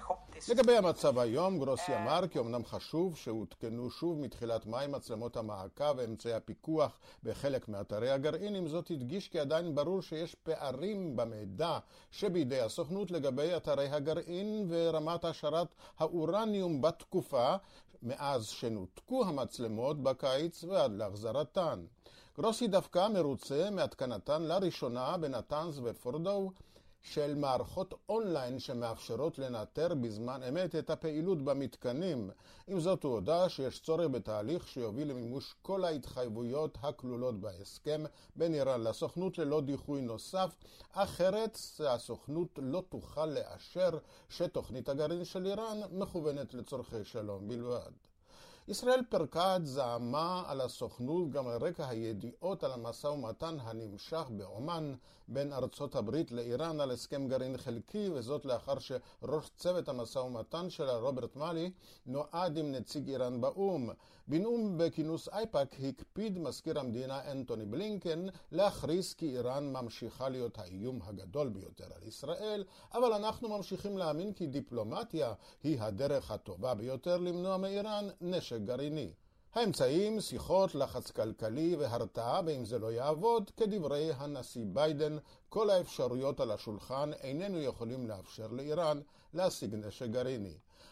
לגבי המצב היום, גרוסי אמר כי אמנם חשוב שהותקנו שוב מתחילת מאי מצלמות המעקב ואמצעי הפיקוח בחלק מאתרי הגרעין. עם זאת הדגיש כי עדיין ברור שיש פערים במידע שבידי הסוכנות לגבי אתרי הגרעין ורמת השארת האורניום בתקופה מאז שנותקו המצלמות בקיץ ועד להחזרתן. גרוסי דווקא מרוצה מהתקנתן לראשונה בנתנז ופורדו של מערכות אונליין שמאפשרות לנטר בזמן אמת את הפעילות במתקנים. עם זאת הוא הודע שיש צורך בתהליך שיוביל למימוש כל ההתחייבויות הכלולות בהסכם בין איראן לסוכנות ללא דיחוי נוסף, אחרת הסוכנות לא תוכל לאשר שתוכנית הגרעין של איראן מכוונת לצורכי שלום בלבד. ישראל פרקה את זעמה על הסוכנות גם על רקע הידיעות על המשא ומתן הנמשך בעומן בין ארצות הברית לאיראן על הסכם גרעין חלקי, וזאת לאחר שראש צוות המשא ומתן שלה רוברט מאלי נועד עם נציג איראן באום. בנאום בכינוס אייפאק הקפיד מזכיר המדינה אנטוני בלינקן להכריז כי איראן ממשיכה להיות האיום הגדול ביותר על ישראל, אבל אנחנו ממשיכים להאמין כי דיפלומטיה היא הדרך הטובה ביותר למנוע מאיראן נשק גרעיני. האמצעים, שיחות, לחץ כלכלי והרתעה, ואם זה לא יעבוד, כדברי הנשיא ביידן, כל האפשרויות על השולחן איננו יכולים לאפשר לאיראן להשיג נשק גרעיני.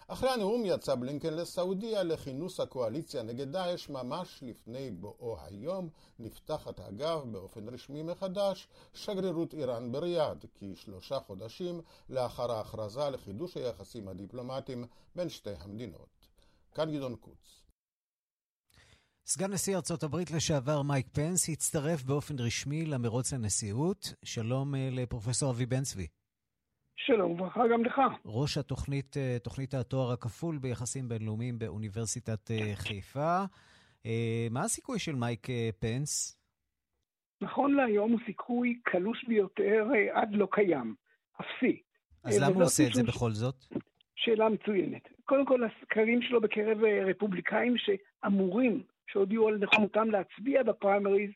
אחרי הנאום יצא בלינקן לסעודיה לכינוס הקואליציה נגד דאעש. ממש לפני בואו היום נפתחת אגב באופן רשמי מחדש שגרירות איראן בריאד, כשלושה חודשים לאחר ההכרזה לחידוש היחסים הדיפלומטיים בין שתי המדינות. כאן גדעון קוץ. סגן נשיא ארצות הברית לשעבר מייק פנס הצטרף באופן רשמי למרוץ לנשיאות. שלום לפרופסור אבי בן צבי. שלום וברכה גם לך. ראש התוכנית, תוכנית התואר הכפול ביחסים בינלאומיים באוניברסיטת חיפה. מה הסיכוי של מייק פנס? נכון להיום הוא סיכוי קלוש ביותר עד לא קיים, אפסי. אז למה הוא עושה את זה בכל זאת? שאלה מצוינת. קודם כל, הסקרים שלו בקרב רפובליקאים שאמורים, שהודיעו על נכונותם להצביע בפריימריז,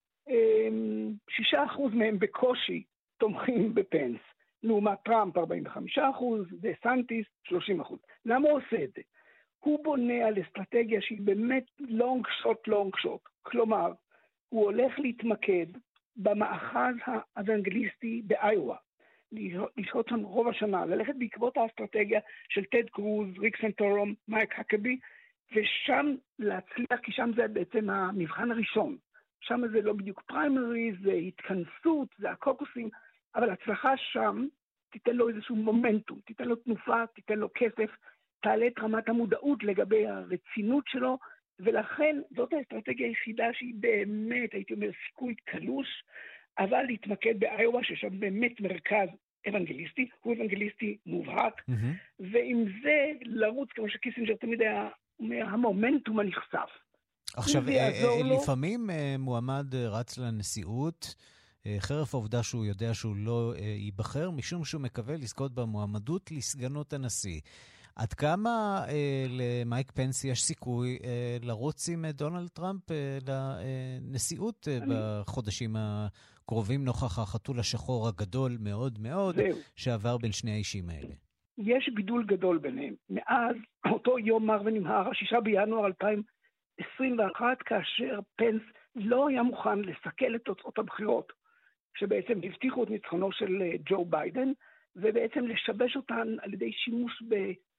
שישה אחוז מהם בקושי תומכים בפנס. לעומת טראמפ ארבעים וחמישה אחוז, דה-סנטיס שלושים אחוז. למה הוא עושה את זה? הוא בונה על אסטרטגיה שהיא באמת long shot, long shot. כלומר, הוא הולך להתמקד במאחז האוונגליסטי באיואה. לשהות שם רוב השנה, ללכת בעקבות האסטרטגיה של טד קרוז, ריק סנטורום, מייק הקבי, ושם להצליח, כי שם זה בעצם המבחן הראשון. שם זה לא בדיוק פריימריז, זה התכנסות, זה הקוקוסים, אבל הצלחה שם תיתן לו איזשהו מומנטום, תיתן לו תנופה, תיתן לו כסף, תעלה את רמת המודעות לגבי הרצינות שלו, ולכן זאת האסטרטגיה היחידה שהיא באמת, הייתי אומר, סיכוי קלוש, אבל להתמקד באיואה, ששם באמת מרכז אבנגליסטי, הוא אבנגליסטי מובהק, mm-hmm. ועם זה לרוץ, כמו שקיסינג'ר תמיד היה אומר, המומנטום הנחשף. עכשיו, לפעמים מועמד רץ לנשיאות, חרף העובדה שהוא יודע שהוא לא ייבחר, משום שהוא מקווה לזכות במועמדות לסגנות הנשיא. עד כמה אה, למייק פנס יש סיכוי אה, לרוץ עם דונלד טראמפ אה, לנשיאות אה, אני... בחודשים הקרובים נוכח החתול השחור הגדול מאוד מאוד זהו. שעבר בין שני האישים האלה? יש בידול גדול ביניהם. מאז אותו יום מר ונמהר, השישה בינואר אלפיים עשרים ואחת, כאשר פנס לא היה מוכן לסכל את תוצאות הבחירות, שבעצם הבטיחו את ניצחונו של ג'ו ביידן, ובעצם לשבש אותן על ידי שימוש ב...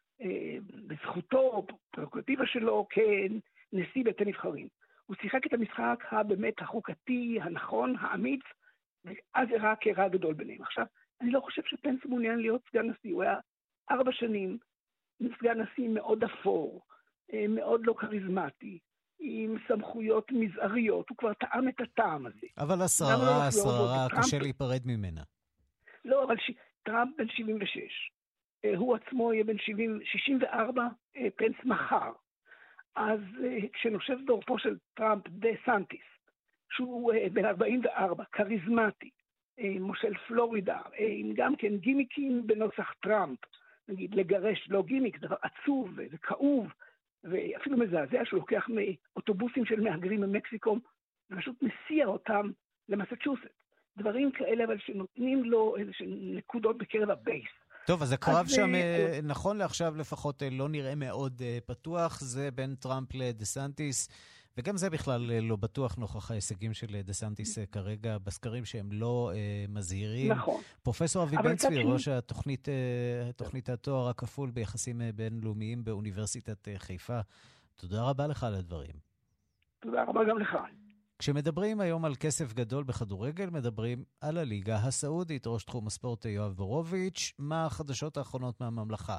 בזכותו, פררוגטיבה שלו כנשיא בית הנבחרים. הוא שיחק את המשחק הבאמת החוקתי, הנכון, האמיץ, ואז הראה כרע גדול ביניהם. עכשיו, אני לא חושב שפנס מעוניין להיות סגן נשיא. הוא היה ארבע שנים סגן נשיא מאוד אפור, מאוד לא קריזמטי, עם סמכויות מזעריות. הוא כבר טעם את הטעם הזה. אבל השררה, השררה, קשה להיפרד ממנה. לא, אבל טראמפ בן שבעים ושש. הוא עצמו יהיה בן שישים וארבע, פנס מחר. אז כשנושב דורפו של טראמפ, דה-סנטיס, שהוא בן ארבעים וארבע, קריזמטי, מושל פלורידה, גם כן גימיקים בנוסח טראמפ, נגיד לגרש, לא גימיק, דבר עצוב וכאוב, ואפילו מזעזע שהוא לוקח מאוטובוסים של מהגרים ממקסיקו, ופשוט מסיע אותם למסצ'וסט. דברים כאלה, אבל שנותנים לו איזושהי נקודות בקרב הבייס. טוב, אז הקרב שם, נכון לעכשיו לפחות, לא נראה מאוד פתוח, זה בין טראמפ לדסנטיס, וגם זה בכלל לא בטוח נוכח ההישגים של דסנטיס כרגע, בסקרים שהם לא מזהירים. נכון. פרופסור אבי בן צבי, ראש התוכנית, תוכנית התואר הכפול ביחסים בינלאומיים באוניברסיטת חיפה, תודה רבה לך על הדברים. תודה רבה גם לך. כשמדברים היום על כסף גדול בכדורגל, מדברים על הליגה הסעודית. ראש תחום הספורט יואב בורוביץ', מה החדשות האחרונות מהממלכה?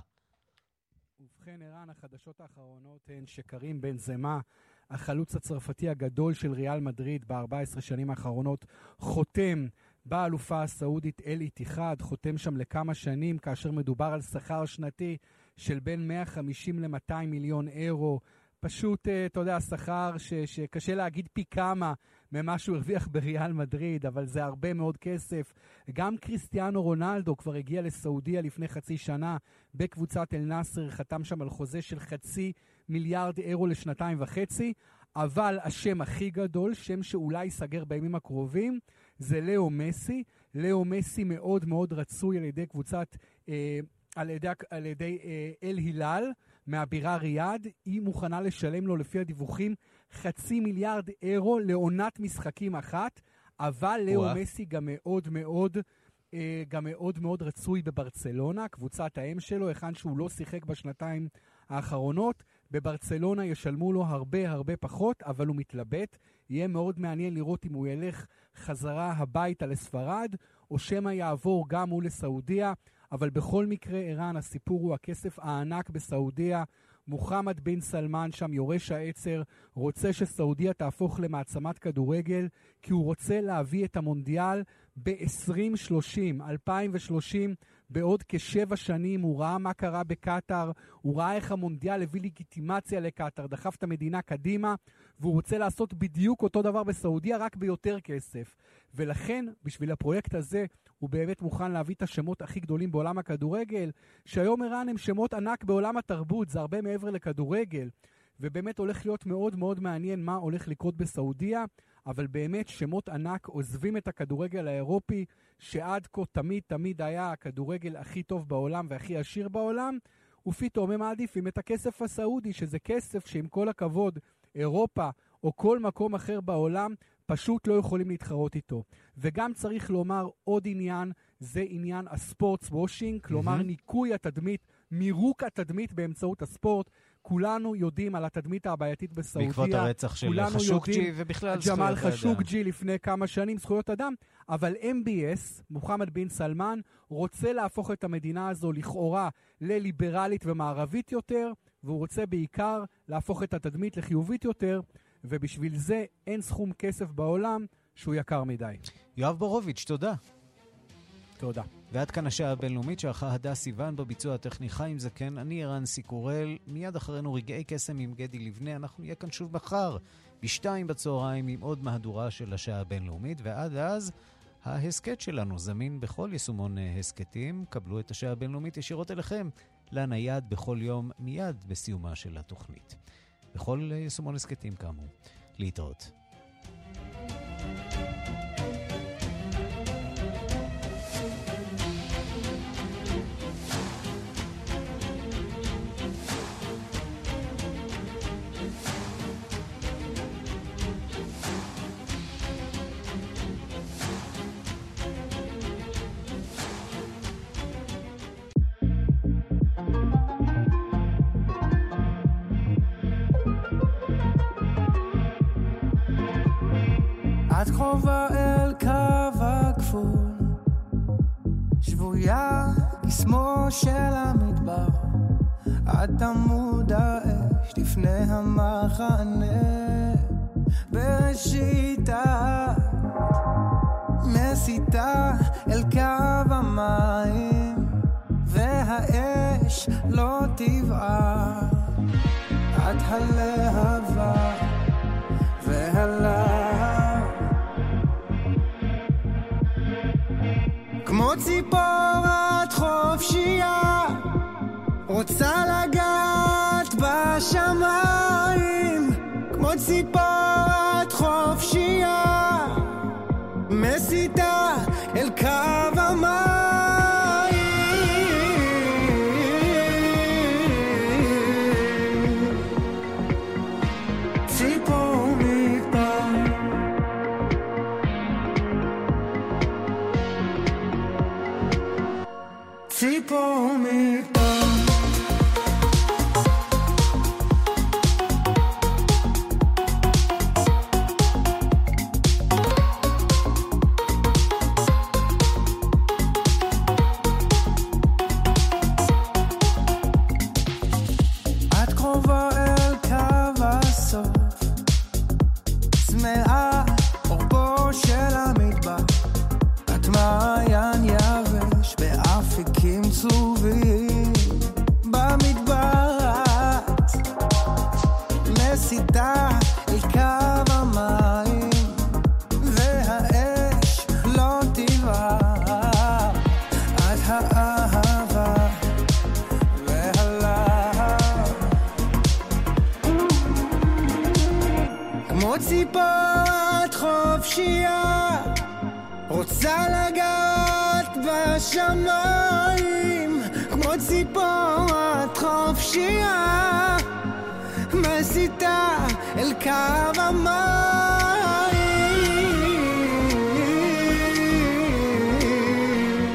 ובכן, ערן, החדשות האחרונות הן שקרים בנזמה, החלוץ הצרפתי הגדול של ריאל מדריד ב-ארבע עשרה שנים האחרונות, חותם באלופה הסעודית אל איתיחאד, חותם שם לכמה שנים, כאשר מדובר על שכר שנתי של בין מאה וחמישים ל-מאתיים מיליון אירו, פשוט, אתה יודע, שכר ש- שקשה להגיד פי כמה ממה שהוא הרוויח בריאל מדריד, אבל זה הרבה מאוד כסף. גם קריסטיאנו רונלדו כבר הגיע לסעודיה לפני חצי שנה בקבוצת אל נאסר, חתם שם על חוזה של חצי מיליארד אירו לשנתיים וחצי, אבל השם הכי גדול, שם שאולי ייסגר בימים הקרובים, זה לאו מסי. לאו מסי מאוד מאוד רצוי על ידי קבוצת, אה, על ידי, על ידי אה, אל הילל, מהבירה ריאד. היא מוכנה לשלם לו לפי הדיווחים חצי מיליארד אירו לעונת משחקים אחת, אבל לאו מסי גם מאוד מאוד גם מאוד מאוד רצוי בברצלונה, קבוצת האם שלו, היכן שהוא לא שיחק בשנתיים האחרונות. בברצלונה ישלמו לו הרבה הרבה פחות, אבל הוא מתלבט. יהיה מאוד מעניין לראות אם הוא ילך חזרה הביתה לספרד, או שמה יעבור גם הוא לסעודיה. אבל בכל מקרה, ערן, הסיפור הוא הכסף הענק בסעודיה. מוחמד בן סלמן, שם יורש העצר, רוצה שסעודיה תהפוך למעצמת כדורגל, כי הוא רוצה להביא את המונדיאל ב-עשרים שלושים, אלפיים ושלושים, בעוד כשבע שנים. הוא ראה מה קרה בקטר, הוא ראה איך המונדיאל הביא לגיטימציה לקטר, דחף את המדינה קדימה, והוא רוצה לעשות בדיוק אותו דבר בסעודיה, רק ביותר כסף. ולכן, בשביל הפרויקט הזה, הוא באמת מוכן להביא את השמות הכי גדולים בעולם הכדורגל, שהיום ערן הם שמות ענק בעולם התרבות, זה הרבה מעבר לכדורגל, ובאמת הולך להיות מאוד מאוד מעניין מה הולך לקרות בסעודיה, אבל באמת שמות ענק עוזבים את הכדורגל האירופי, שעד כה תמיד תמיד היה הכדורגל הכי טוב בעולם והכי עשיר בעולם, ופתאום הם מעדיפים את הכסף הסעודי, שזה כסף שעם כל הכבוד אירופה או כל מקום אחר בעולם פשוט לא יכולים להתחרות איתו. וגם צריך לומר עוד עניין, זה עניין הספורטס וושינג, כלומר mm-hmm. ניקוי התדמית, מירוק התדמית באמצעות הספורט. כולנו יודעים על התדמית הבעייתית בסעודיה. בעקבות הרצח של חשוקג'י ובכלל זכויות אדם. ג'מאל חשוקג'י לפני כמה שנים, זכויות אדם. אבל אם בי אס, מוחמד בן סלמן, רוצה להפוך את המדינה הזו לכאורה לליברלית ומערבית יותר, והוא רוצה בעיקר להפוך את התדמית לחיובית יותר, ובשביל זה אין סכום כסף בעולם שהוא יקר מדי. יואב בורוביץ', תודה. תודה. ועד כאן השעה הבינלאומית שערכה הדס סיוון, בביצוע הטכני חיים זקן, אני ערן סיקורל, מיד אחרינו רגעי קסם עם גדי לבנה, אנחנו נהיה כאן שוב מחר, בשתיים בצהריים עם עוד מהדורה של השעה הבינלאומית, ועד אז ההסקט שלנו זמין בכל יישומון הסקטים, קבלו את השעה הבינלאומית ישירות אליכם, לנייד בכל יום מיד בסיומה של התוכנית. בכל יישומון הסקטים כאמור. להתראות. את קרובה אל קו הגבול, שבויה כשמו של המדבר, את עמוד האש לפני המחנה, בראשית את מסיתה אל קו המים, והאש לא תבער, את הלהבה והלהב, כמו ציפור את חופשייה, רוצה לגעת בשמיים, כמו ציפור את חופשייה, מסיתה אל קו המים, ציפור מדבר, ציפור מדבר. את קרובה אל קו הסוף, צמאה אורבו של המדבר, את מעיין יבש באפיקים צהובים, במדבר את מסיתה אל קו המים, והאש לא תבער, את האהבה והלהב, כמו ציפור את חופשייה, רוצה לגעת בשמיים, כמו ציפור את חופשייה, מסיתה אל קו המים,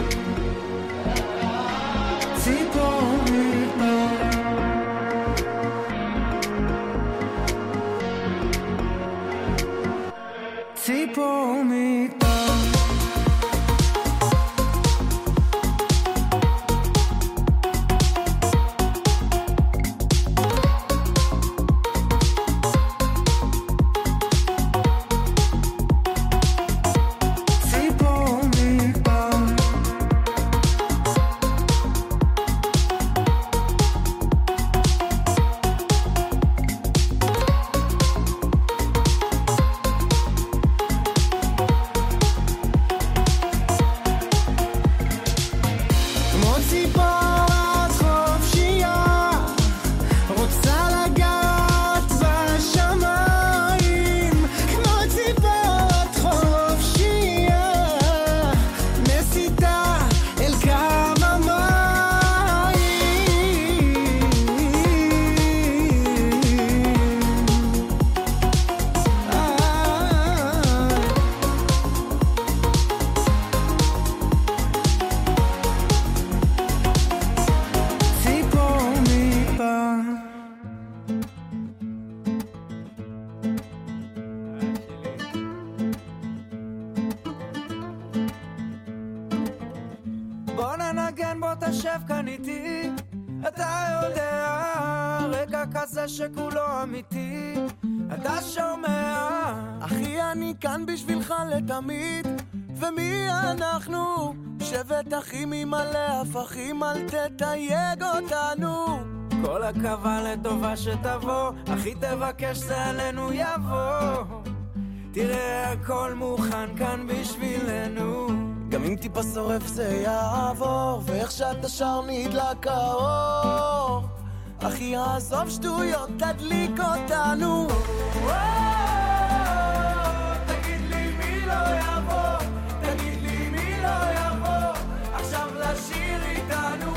בוא ננגן בו תשב כאן איתי, אתה יודע, רגע כזה שכולו אמיתי, אתה שומע? אחי אני כאן בשבילך לתמיד, ומי אנחנו? שבט אחים עם מלא הפכים, אל תתייג אותנו. כל הקווה לטובה שתבוא, אחי תבקש זה עלינו יבוא, תראה הכל מוכן כאן בשבילנו. גם אם טיפה שורף זה יעבור, ואיך שאתה שר נדלק האור, אחי עזוב שטויות תדליק אותנו. תגיד לי מי לא יבוא, תגיד לי מי לא יבוא עכשיו לשיר איתנו.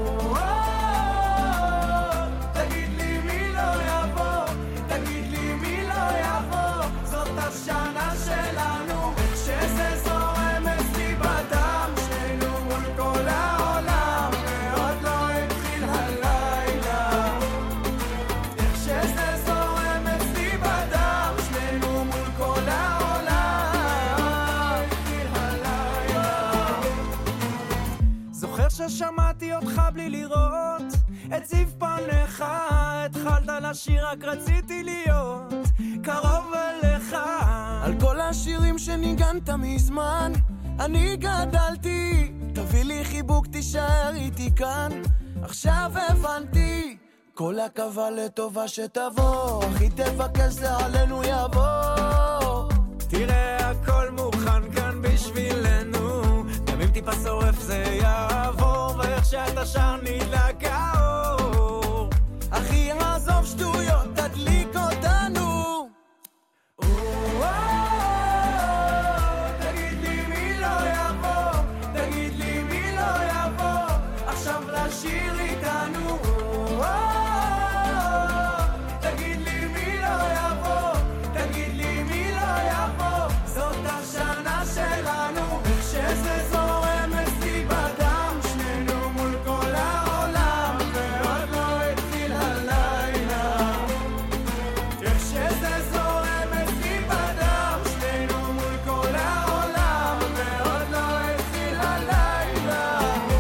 תגיד לי מי לא יבוא, תגיד לי מי לא יבוא, זאת השנה שלנו, שזה זורם אצלי בדם, שנינו מול כל העולם, ועוד לא התחיל הלילה. איך שזה זורם אצלי בדם, שנינו מול כל העולם, התחיל הלילה. זוכר ששמעתי אותך בלי לראות את זיו פניך, התחלת לשיר רק רציתי להיות קרוב אליך. על כל השירים שניגנת מזמן אני גדלתי, תביא לי חיבוק תישאר איתי כאן, עכשיו הבנתי. כל הקווה לטובה שתבוא, אחי תבקש זה עלינו יבוא, תראה הכל מוכן כאן בשבילנו, גם אם טיפה שורף זה יעבור, ואיך שאתה שר נדלק האור, אחי עזוב שטויות תדליק אותנו. תגיד לי מי לא יבוא, תגיד לי מי לא יבוא עכשיו לשיר איתנו. תגיד לי מי לא יבוא, תגיד לי מי לא יבוא, זאת השנה שלנו, שזה זורם אצלי בדם, שנינו מול כל העולם, ועוד לא התחיל הלילה. איך שזה זורם אצלי בדם, שנינו מול כל העולם, ועוד לא התחיל הלילה.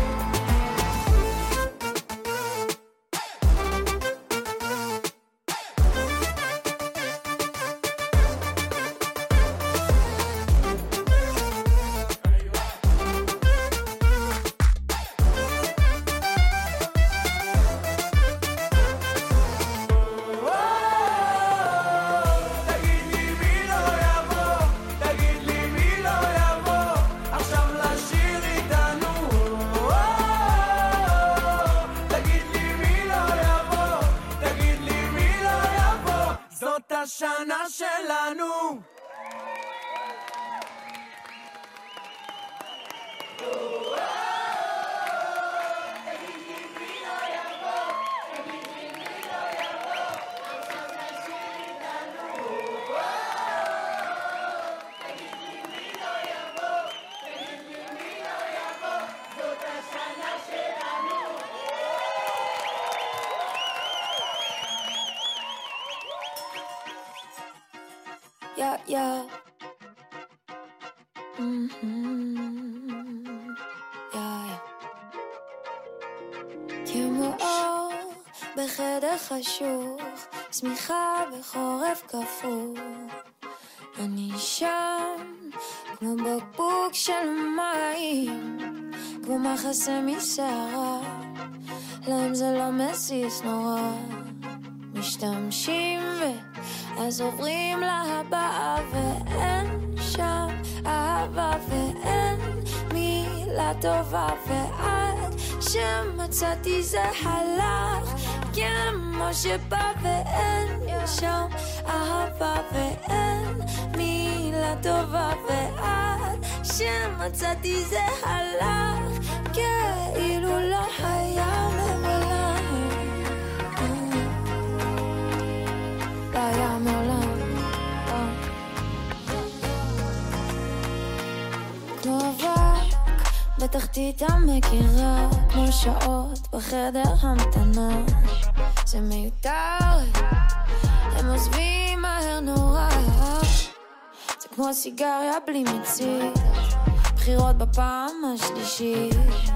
תגיד לי מי לא יבוא, תגיד לי מי לא יבוא עכשיו לשיר איתנו. תגיד לי מי לא יבוא, תגיד לי מי לא יבוא, זאת השנה שלנו. Yeah, yeah. Mm-hmm. Yeah, yeah. כמו אור בחדר חשוך, צמיחה בחורף כפור, אני שם כמו בקבוק של מים, כמו מחסה משערה, להם זה לא מזיז נורא, משתמשים ואז עוברים להבאה, ואין שם אהבה ואין מילה טובה, ועד שמצאתי זה הלך כמו שבא, ואין שם אהבה ואין מילה טובה, ועד שמצאתי זה הלך כאילו לא היה מעולם, לא היה מעולם. כמו אבק בתחתית המגירה, כמו שעות בחדר המתנה, זה מיותר, הם עוזבים מהר נורא, זה כמו סיגריה בלי מציל, בחירות בפעם השלישית.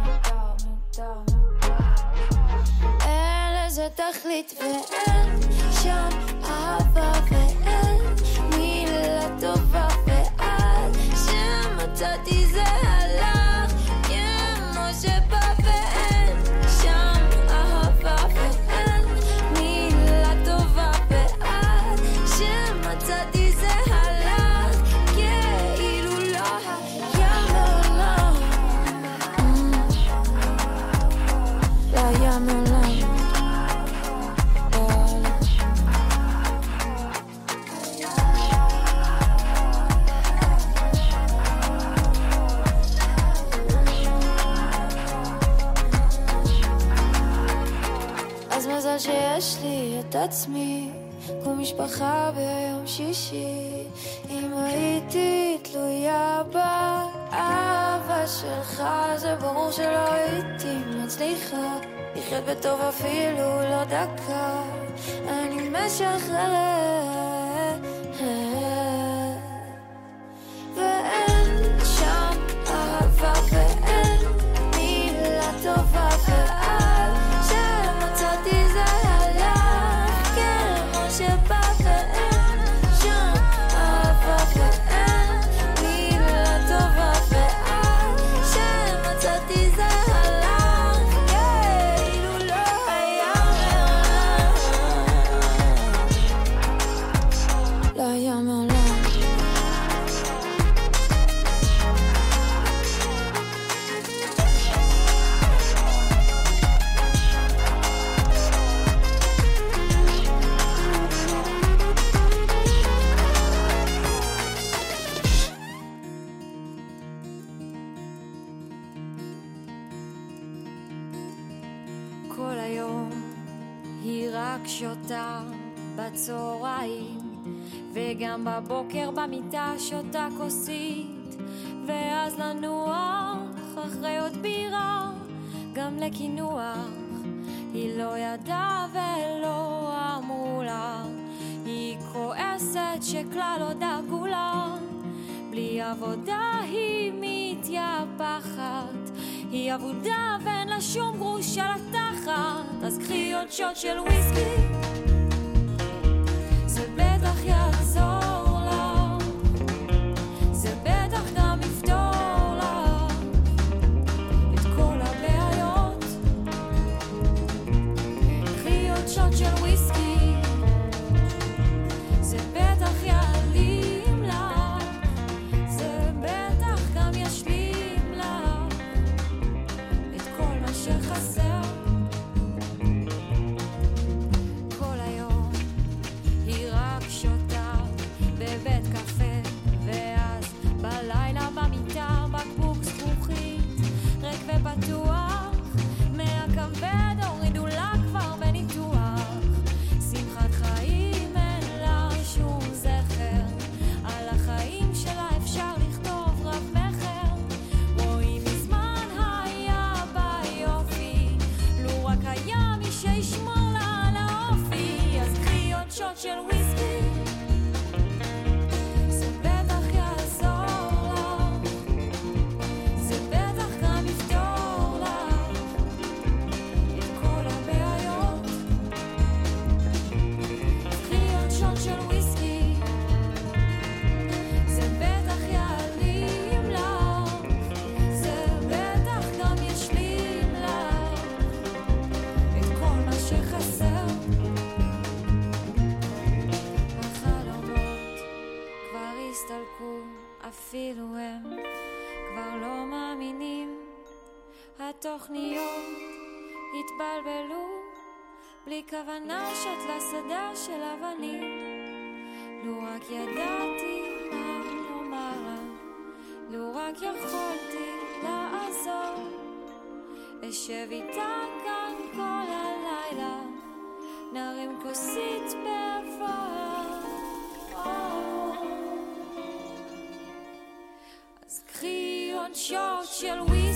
אין לזה תכלית ואין שם אהבה ואין מילה טובה, ועד שמצאתי זה הלך כמו שבא, ואין שם אהבה ואין מילה טובה, ועד שמצאתי זה הלך כאילו לא היה מעולם, לא היה מעולם. מזל שיש לי את עצמי כמו משפחה ביום שישי. אם הייתי תלויה באהבה שלך, זה ברור שלא הייתי מצליחה לחיות בטוב אפילו לא דקה. אני משחררת ואין שם אהבה ואין מילה טובה, ועד שמצאתי זה הלך כמו שבא, ואין שם אהבה ואין מילה טובה, ועד שמצאתי זה הלך כאילו לא היה מעולם, לא היה מעולם. כל היום היא רק שותה בצהריים, וגם בבוקר במיטה שותה כוסית, ואז לנוח אחרי עוד בירה, גם לקינוח היא לא ידעה ולא אמרו לה. היא כועסת שכלל לא דאגו לה, בלי עבודה היא מתייפחת, היא עבודה ואין לה שום גרוש על התחת. אז קחי עוד שוט של וויסקי, זה בטח יעזור לה, זה בטח גם יפתור לה את כל הבעיות. קחי עוד שוט של וויסקי, זה בטח יעלים לה, זה בטח גם ישלים לה את כל מה שחסר. כל היום היא רק שותה בבית קפה, ואז בלילה במיטה בקבוק זכוכית ריק ופתוח, מהכבד הורידו לה כבר בניתוח. שמחת חיים אין לה שום זכר, על החיים שלה אפשר לכתוב רב מחר. רואים מזמן היה ביופי, לו רק היה מי שישמור לה על האופי. אז קחי עוד שוט של וויסקי, זה בטח יעזור לה, זה בטח גם יפתור לה את כל הבעיות. קחי עוד שוט של וויסקי, זה בטח יעלים לה, זה בטח גם ישלים לה את כל מה שחסר. החלומות כבר הסתלקו, אפילו הם כבר לא מאמינים. התוכניות התבלבלו, בלי כוונה שאת לסדה של אבנים. לו רק ידעתי מה לומר לה, לו רק יכולתי לעזור, אשב איתה כאן כל הלילה, נרים כוסית בעבר. אז קחי עוד שוט של וויסקי,